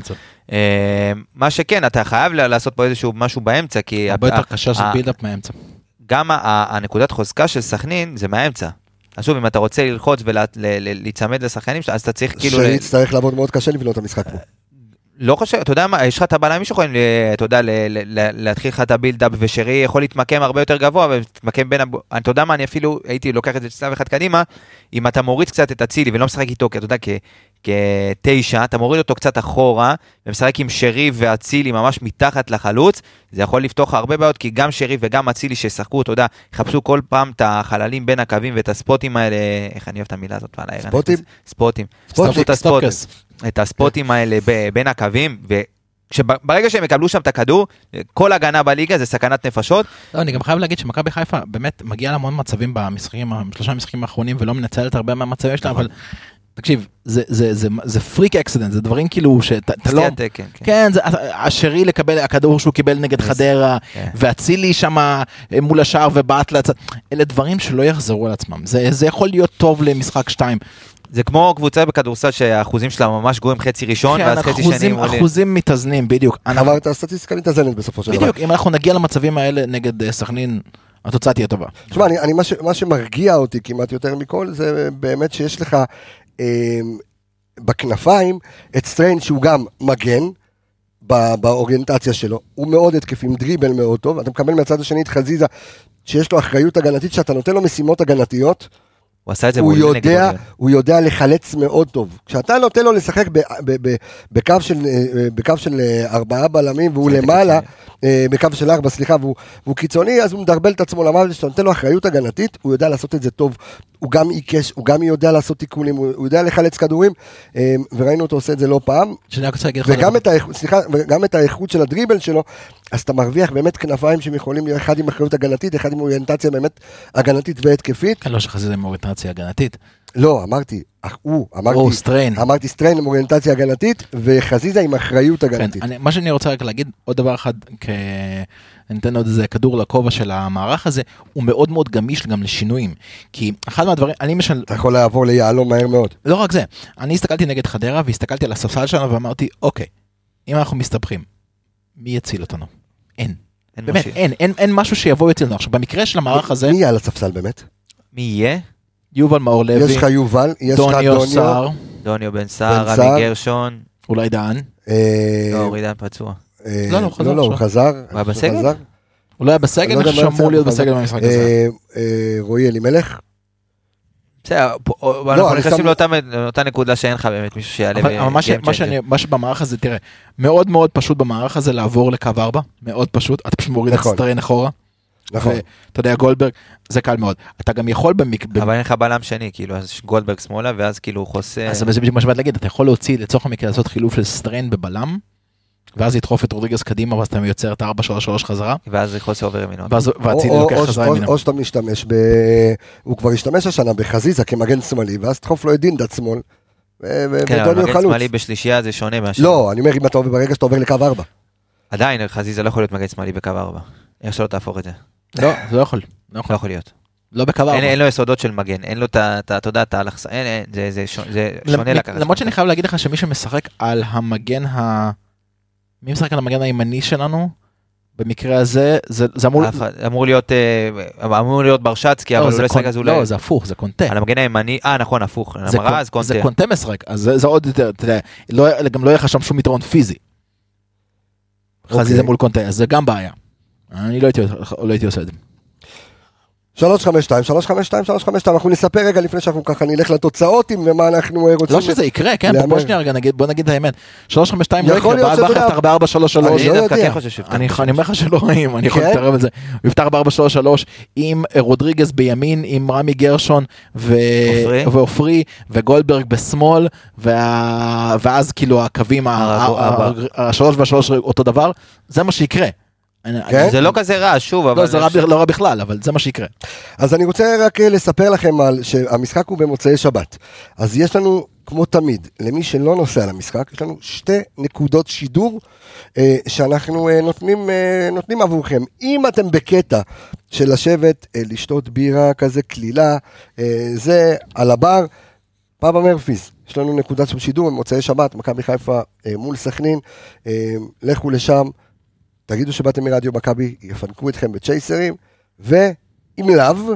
מה שכן, אתה חייב לעשות פה איזשהו משהו באמצע, כי... הרבה יותר קשה של בילדאפ מהאמצע. גם הנקודת חוזקה של סכנין זה מהאמצע. אז שוב, אם אתה רוצה ללחוץ ולהצמד לשחקנים, אז אתה צריך כאילו... שצריך לעבוד מאוד קשה לבנות את המשחק פה. לא חושב, אתה יודע מה, יש לך את הבלמים שיכולים, אתה יודע, להתחיל לך את הבילדאפ, ושרי יכול להתמקם הרבה יותר גבוה, ולהתמקם בין, אתה יודע מה, אני אפילו הייתי לוקח את זה צלב אחד קדימה, אם אתה מוריד קצת את אצילי, ולא משחק איתו, כי אתה יודע, כתשע, אתה מוריד אותו קצת אחורה, ומשחק עם שרי ואצילי ממש מתחת לחלוץ, זה יכול לפתוח הרבה בעיות, כי גם שרי וגם אצילי ששחקו, אתה יודע, יחפשו כל פעם את החללים בין הקווים, ואת הספוטים האלה, איך אני אוהב את המילה הזאת? ספוטים? ספוטים. את הספוטים האלה בין הקווים, וברגע שהם יקבלו שם את הכדור, כל הגנה בליגה זה סכנת נפשות. לא, אני גם חייב להגיד שמכבי חיפה באמת מגיעה להמון מצבים במשחקים, שלושה משחקים האחרונים, ולא מנצלת הרבה מהמצבים שלה, אבל תקשיב, זה פריק אקסידנט, זה דברים כאילו שאתה לא... כן, השרי לקבל הכדור שהוא קיבל נגד חדרה, והצילי שם מול השער ובעט לצד, אלה דברים שלא יחזרו על עצמם, זה יכול להיות טוב למשחק שתיים. זה כמו קבוצה בכדורסל שהאחוזים שלה ממש גרועים חצי ראשון, ואז חצי שני... אחוזים מתאזנים, בדיוק. אבל את הסטטיסטיקה מתאזנת בסופו של דבר. בדיוק, אם אנחנו נגיע למצבים האלה נגד סכנין, התוצאה תהיה טובה. תשמע, מה שמרגיע אותי כמעט יותר מכל, זה באמת שיש לך בכנפיים את סטריין שהוא גם מגן, באוריינטציה שלו, הוא מאוד התקף עם דריבל מאוד טוב, אתה מקבל מהצד השני את חזיזה, שיש לו אחריות הגנתית, שאתה נותן לו משימות הגנתיות, הוא עשה את זה הוא יודע, הוא יודע לחלץ מאוד טוב. כשאתה נותן לו לשחק בקו של, בקו של ארבעה בלמים, והוא למעלה, בקו של ארבע, סליחה, והוא, והוא קיצוני, אז הוא מדרבל את עצמו למעלה, שאתה נותן לו אחריות הגנתית, הוא יודע לעשות את זה טוב, הוא גם עיקש, הוא גם יודע לעשות תיקונים, הוא יודע לחלץ כדורים, וראינו אותו עושה את זה לא פעם, וגם את האיכות, סליחה, וגם את האיכות של הדריבל שלו, אז אתה מרוויח באמת כנפיים שהם יכולים להיות אחד עם אחריות הגנתית, אחד עם אוריינטציה באמת הגנתית והתקפית. לא שחזיזה עם אוריינטציה הגנתית. לא, אמרתי, הוא, אמרתי, או סטריין. אמרתי סטריין עם אוריינטציה הגנתית, וחזיזה עם אחריות הגנתית. כן, אני, מה שאני רוצה רק להגיד, עוד דבר אחד, כ... נתן עוד איזה כדור לכובע של המערך הזה, הוא מאוד מאוד גמיש גם לשינויים. כי אחד מהדברים, אני משל... אתה יכול לעבור ליעלום מהר מאוד. לא רק זה, אני הסתכלתי נגד חדרה, והסתכלתי על הספסל שלנו, ואמרתי, אוקיי, אם אנחנו מסתבכים, מי יציל אותנו? אין. אין באמת, משהו. אין, אין, אין משהו שיבוא יציל אותנו. עכשיו, במקרה של המערך הזה, מי יהיה על הספסל באמת? מי יהיה? יובל מאור לוי, יש לך יובל, יש לך דוניו דוניו. סער, דוניו בן סער, בן סער. רמי גרשון. אולי דן, אה, לא, אורידן פצוע. אה, לא, לא, הוא חזר לא, לא, הוא עכשיו. חזר. הוא היה בסגל? חזר. אולי היה בסגל, אני לא אני יודע חושב מה שאמור להיות יצא, בסגל אבל- במשחק הזה. אה, אה, רועי אלימלך? בסדר, פה- לא, אנחנו אני נכנסים שם- לאותה לאותה נקודה שאין לך באמת מישהו שיעלה אבל אבל מה ש- ב-game מה changer. שאני- מה שבמערך הזה, תראה, מאוד מאוד פשוט במערך הזה לעבור לקו ארבע, מאוד פשוט, אתה פשוט מוריד את נכון. סטריין אחורה, נכון. ואתה יודע, גולדברג, זה קל מאוד. אתה גם יכול במק... במ- אבל אין לך בלם שני, כאילו, אז גולדברג שמאלה, ואז כאילו הוא חוסה... אז זה בדיוק מה שבאת להגיד, אתה יכול להוציא לצורך המקרה לעשות חילוף של סטריין בבלם, ואז לדחוף את רודריגז קדימה, ואז אתה יוצר את ה-ארבע שלוש שלוש חזרה, ואז חוסה עובר ימינו. ואז ואצילי או- לוקח או- חזרה או- ימינה. או שאתה משתמש ב... הוא כבר השתמש השנה בחזיזה כמגן שמאלי, ואז תדחוף לו את דינדד שמאל, ו- ו- כן, אבל ודוניו מגן חלוץ. שמאלי בשלישייה זה שונה מהשני. לא, אני אומר, אם אתה עובר ברגע שאתה עובר לקו ארבע. עדיין, חזיזה לא יכול להיות מגן שמאלי בקו ארבע. איך שלא תהפוך את זה. לא, זה לא יכול. לא לא יכול. יכול להיות. לא בקו אין ארבע. אין לו יסודות של מגן, אין לו את ה... אתה יודע, את האלכסה, אין, אין, זה- זה שונה- זה שונה למ- לקחת. למרות שאני חייב להגיד לך שמי שמשחק על המגן ה... מי משחק על המגן הימני שלנו? במקרה הזה, זה זה אמור... אף אחד- אמור להיות אה, אמור להיות ברשצקי, לא, אבל זה הוא לא קונ- ישחק אז אולי... לא, זה הפוך, זה קונטה. על המגן הימני, אה נכון, הפוך. זה המראה, קונ- אז קונטה. זה קונטה משחק, אז זה זה עוד יותר, אתה יודע, לא- גם לא יהיה לך שם שום יתרון פיזי. חזיזה מול קונטה, אז זה גם בעיה. אני לא הייתי לא הייתי עושה את זה. שלוש חמש שתיים, שלוש חמש שתיים, שלוש חמש שתיים, אנחנו נספר רגע לפני שאנחנו ככה נלך לתוצאות עם ומה אנחנו אה, רוצים. לא שזה יקרה, כן, להמר. בוא שנייה רגע, נגיד- בוא נגיד את האמת. שלוש חמש שתיים לא יכול יקרה, להיות בעד שאתה בכר יודע- יפתח ב-ארבע שלוש שלוש. אני לא דווקא יודע. כן חושב שיפתח. אני אני אומר לך שלא רואים, אני יכול כן? להתערב על זה. הוא יפתח ב-ארבע שלוש שלוש עם רודריגז בימין, עם רמי גרשון ו- עופרי. ועופרי וגולדברג בשמאל, וה- ואז כאילו הקווים, ה- הרגו- ה- ה- הבא. השלוש והשלוש אותו דבר, זה מה שיקרה. אני- כן? אני- זה לא כזה רע, שוב, אבל... לא, זה רע ב- לא רע בכלל, אבל זה מה שיקרה. אז אני רוצה רק אה, לספר לכם על שהמשחק הוא במוצאי שבת. אז יש לנו, כמו תמיד, למי שלא נוסע למשחק, יש לנו שתי נקודות שידור אה, שאנחנו אה, נותנים, אה, נותנים עבורכם. אם אתם בקטע של לשבת, אה, לשתות בירה כזה כלילה, אה, זה על הבר, פאבה מרפיס, יש לנו נקודת שידור במוצאי שבת, מכבי חיפה אה, מול סכנין, אה, לכו לשם, תגידו שבאתם מרדיו מכבי, יפנקו אתכם בצ'ייסרים, ואם לאו,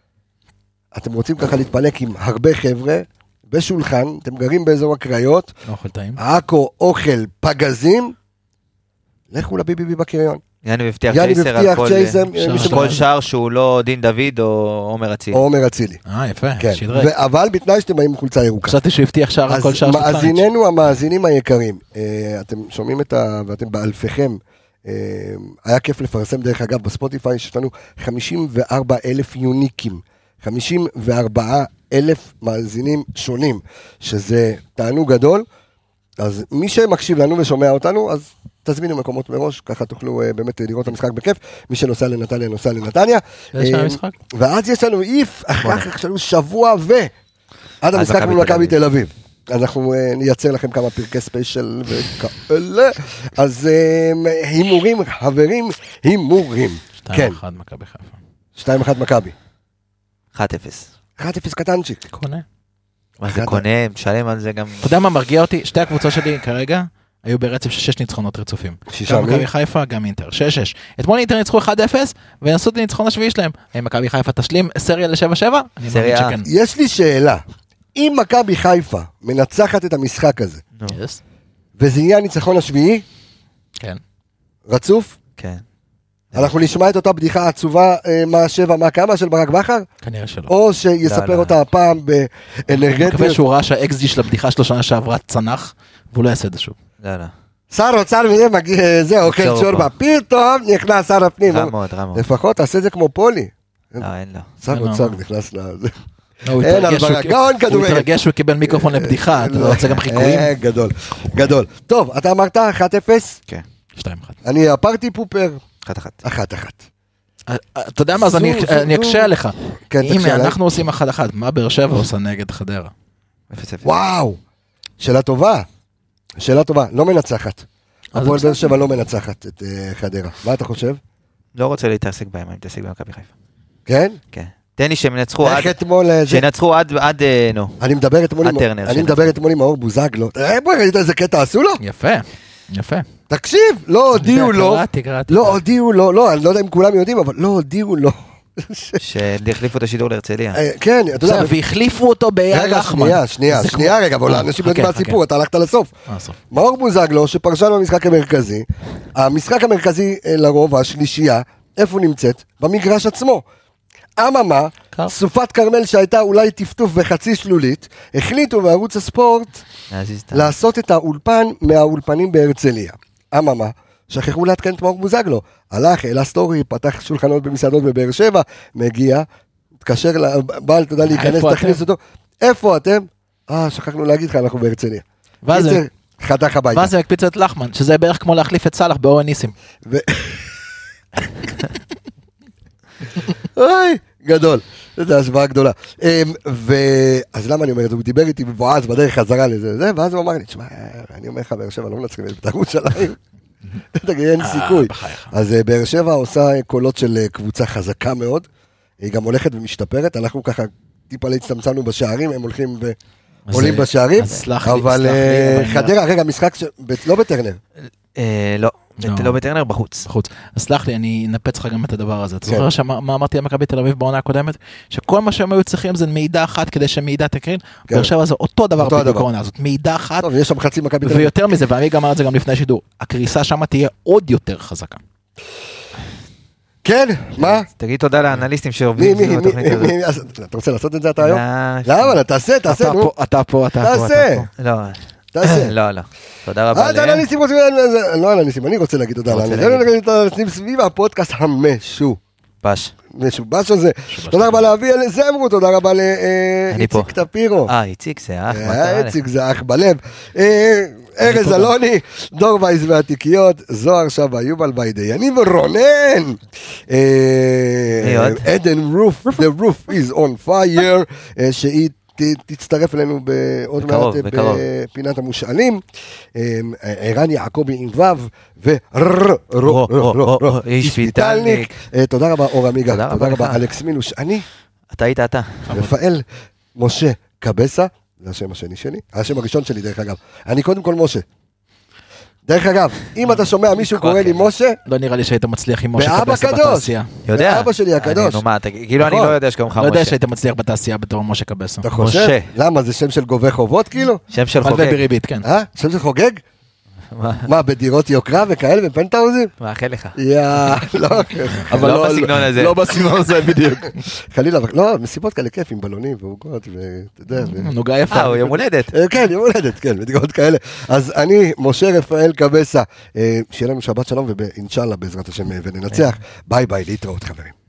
אתם רוצים ככה להתפלק עם הרבה חבר'ה, בשולחן, אתם גרים באזור הקריות, אוכל טעים. עכו, אוכל, פגזים, לכו לביבי בקריון. יאני מבטיח יאני צ'ייסר מבטיח על כל- צ'ייסר, שער מי של- שבא- כל שער שהוא לא דין דוד או עומר אצילי. או עומר אצילי. אה, יפה, כן, שדרג. ו- אבל בתנאי שאתם באים עם חולצה ירוקה. חשבתי שהוא הבטיח שער על אז כל שער של פאנץ'. מאזיננו המאזינים היקרים, אה, אתם שומעים את ה... ואתם באלפיכם, אה, היה כיף לפרסם דרך אגב בספוטיפיי, שיש לנו חמישים וארבעה אלף יוניקים, חמישים וארבעה אלף מאזינים שונים, שזה תענוג גדול, אז מי שמקשיב לנו ושומע אותנו, אז תזמינו מקומות מראש, ככה תוכלו אה, באמת לראות את המשחק בכיף, מי שנוסע לנתניה, נוסע לנתניה. יש אה, לנו משחק? ואז יש לנו איף, אחר כך יש לנו שבוע ו... עד המשחק מכבי מול תל מכבי אביב. תל אביב. אנחנו אה, נייצר לכם כמה פרקי ספיישל וכאלה. אז אה, הימורים, חברים, הימורים. כן, שתיים אחת מכבי חיפה. שתיים אחת מכבי. אחת אפס. אחת אפס קטנצ'יק. קונה. מה אחד- זה קונה, משלם על זה גם... אתה יודע מה מרגיע אותי? שתי הקבוצות שלי כרגע היו ברצף של שש ניצחונות רצופים. שישה גם מי? מכבי חיפה, גם אינטר. שש שש. אתמול אינטר ניצחו אחד אפס, ונסו את הניצחון השביעי שלהם. האם מכבי חיפה תשלים סריה ל-שבע שבע? אני סריה. מאמין שכן. יש לי שאלה. אם מכבי חיפה מנצחת את המשחק הזה, נו, Yes. וזה יהיה הניצחון השביעי, כן. רצוף, כן. אנחנו נשמע את אותה בדיחה עצובה, אה, מה שבע, מה כמה של ברק בכר, כנראה שלא. או שיספר לא, לא. אותה הפעם אני מקווה באנרגטיות. שהוא ראה שהאקס-ג'י של הבדיחה שלו שנה שעברה צנח, והוא לא יעשה את זה שוב. לא, לא. שר אוצר וזה מגיע, זה אוכל אוצר שורבה, אופה. פתאום נכנס שר הפנים. רע מאוד, רע מאוד. לפחות תעשה את זה כמו פולי. לא, אין לו. שר לא, אוצר לא. נכנס לזה. לא, הוא אין התרגש, על הוא- ברק, גאון הוא כדורגל. התרגש שהוא קיבל מיקרופון לבדיחה, אתה רוצה גם חיקויים? אה, גדול, גדול. טוב, אתה אמרת אחת אפס? כן. שתיים אחת. אני הפרטי פופר, אחת אחת. אחת אחת. אתה יודע מה, אז זו, אני- זו, אני זו. אקשה עליך. כן, אם תקשה עליי. אנחנו עושים אחת אחת, מה באר שבע עושה נגד חדרה? אפס אפס. וואו, שאלה טובה, שאלה טובה, לא מנצחת. אז הפועל בסדר. באר שבע לא מנצחת את אה, חדרה. מה אתה חושב? לא רוצה להתעסק בהם, אני מתעסק במכבי חיפה. כן? כן. תן לי שהם ינצחו עד... איך אתמול... אה, זה- שינצחו עד, עד, אה, נו. אני מדבר אתמול עם... הטרנר אני שלנו. מדבר אתמול עם מאור בוזגלו. אה, בואי, ראית איזה קטע עשו לו? יפה, יפה. תקשיב, לא הודיעו לו. קראתי, קראתי. לא הודיעו לו, לא, אני לא יודע אם כולם יודעים, אבל לא הודיעו לו. שהחליפו את השידור להרצליה. אה, כן, אתה יודע... בסדר, והחליפו אותו באייל רגע, לחמן. שנייה, שנייה, זה שנייה כמו- רגע, אבל אה, אנשים חכה, יודעים מה חכה. הסיפור, אתה הלכת לסוף. אה, סוף. מאור בוזגלו, שפרשן במשחק המרכזי, המשחק המרכזי אה, לרוב, השלישייה, איפה נמצאת? במגרש עצמו. אממה, קר. סופת קרמל שהייתה אולי טפטוף וחצי שלולית, החליטו בערוץ הספורט להזיז את ה... לעשות את האולפן מהאולפנים בהרצליה. אממה, שכחו להתקן את מאור בוזגלו. הלך, העלה סטורי, פתח שולחנות במסעדות בבאר שבע, מגיע, מתקשר לבעל, אתה יודע, להיכנס, איפה תכניס אתם? אותו. איפה אתם? אה, שכחנו להגיד לך, אנחנו בהרצליה. ואז זה- קיצר, חתך הביתה. ואז זה הקפיץ את לחמן, שזה בערך כמו להחליף את סלאח באורן ניסים. ו- אוי, גדול. זו השוואה גדולה. אמ, ו- אז למה אני אומר את זה? הוא דיבר איתי מבועז בדרך חזרה לזה, זה, ואז הוא אמר לי, תשמע, אני אומר לך, באר שבע לא מנצחים את בית"ר ירושלים. תגיד, אין סיכוי. בחייך. אז אה, באר שבע עושה קולות של אה, קבוצה חזקה מאוד, היא גם הולכת ומשתפרת, אנחנו ככה טיפה הצטמצמנו בשערים, הם הולכים ועולים אז, בשערים, אז סלח לי, אבל סלח לי, אה, אבל אני- חדרה, רגע, משחק, ש- ב- לא בטרנר, אה, לא. לא. לא בטרנר, בחוץ. בחוץ. אז סלח לי, אני אנפץ לך גם את הדבר הזה. אתה כן. זוכר שמה מה אמרתי על מכבי תל אביב בעונה הקודמת? שכל מה שהם היו צריכים זה מידע אחת כדי שמידע תקרין. כן. באר שבע זה אותו דבר אותו בדיוק הדבר. העונה הזאת. מידע אחת, טוב, יש שם חצי מכבי תל אביב. ויותר מזה, ואני גם אמר את זה גם לפני שידור. הקריסה שם תהיה עוד יותר חזקה. כן, מה? תגיד תודה לאנליסטים מי, שעובדים מי, סביב מי, התוכנית הזאת. מי, אז אתה רוצה לעשות את זה אתה היום? לא, למה? תעשה, תעשה, אתה נו, פה, אתה פה, אתה פה. תעשה. אתה פה. לא, תעשה. לא, לא. תודה רבה אז להם. אנליסטים רוצים, לא אנליסטים, אני רוצה להגיד תודה רוצה לאנליסטים, להגיד. אני רוצה להגיד תודה סביב הפודקאסט המשובש פש. הזה. תודה רבה לאבי זמרו, תודה רבה אני פה. לאיציק טפירו. אה, איציק זה אח. מה אה, קרה לך? איציק זה אח בלב. אה, ארז אלוני, דור וייס והתיקיות, זוהר שבה, יובל ויידה, יניב רונן. אה, מי עוד? עדן רוף, the roof is on fire, אה, שהיא ת- תצטרף אלינו בעוד בקרוב, מעט בקרוב. בפינת המושאלים. אה, ערן יעקבי עם וו, ור, רו, רו, רו, רו, רו, איש ויטלניק. אה, תודה רבה אור עמיגה, תודה תודה רבה רבה לך. אלכס מינוש, אני אתה היית אתה. רפאל משה קבסה, זה השם השני שלי, השם הראשון שלי דרך אגב, אני קודם כל משה. דרך אגב, אם אתה שומע מישהו קורא לי משה, לא נראה לי שהיית מצליח עם משה באבא קבסה קדוש, בתעשייה. יודע. ואבא שלי הקדוש. אני, נו מה, אתה- כאילו אני נכון. לא יודע שקוראים לך לא יודע משה. שהיית מצליח בתעשייה בתור משה קבסה. אתה חושב? משה. למה, זה שם של גובה חובות כאילו? שם של מלווה חוגג. בריבית, כן. אה? שם של חוגג? מה? מה, בדירות יוקרה וכאלה בפנטהאוזים? מאחל לך. יא, לא, אבל לא בסגנון הזה. לא בסגנון הזה בדיוק. חלילה, אבל- לא, מסיבות כאלה כיף עם בלונים ועוגות, ואתה יודע, ו- נוגה יפה. אה, הוא יום הולדת. אה, כן, יום הולדת, כן, בדירות כאלה. אז אני, משה רפאל קבסה, אה, שיהיה לנו שבת שלום, ואינשאללה בעזרת השם וננצח. ביי ביי, להתראות חברים.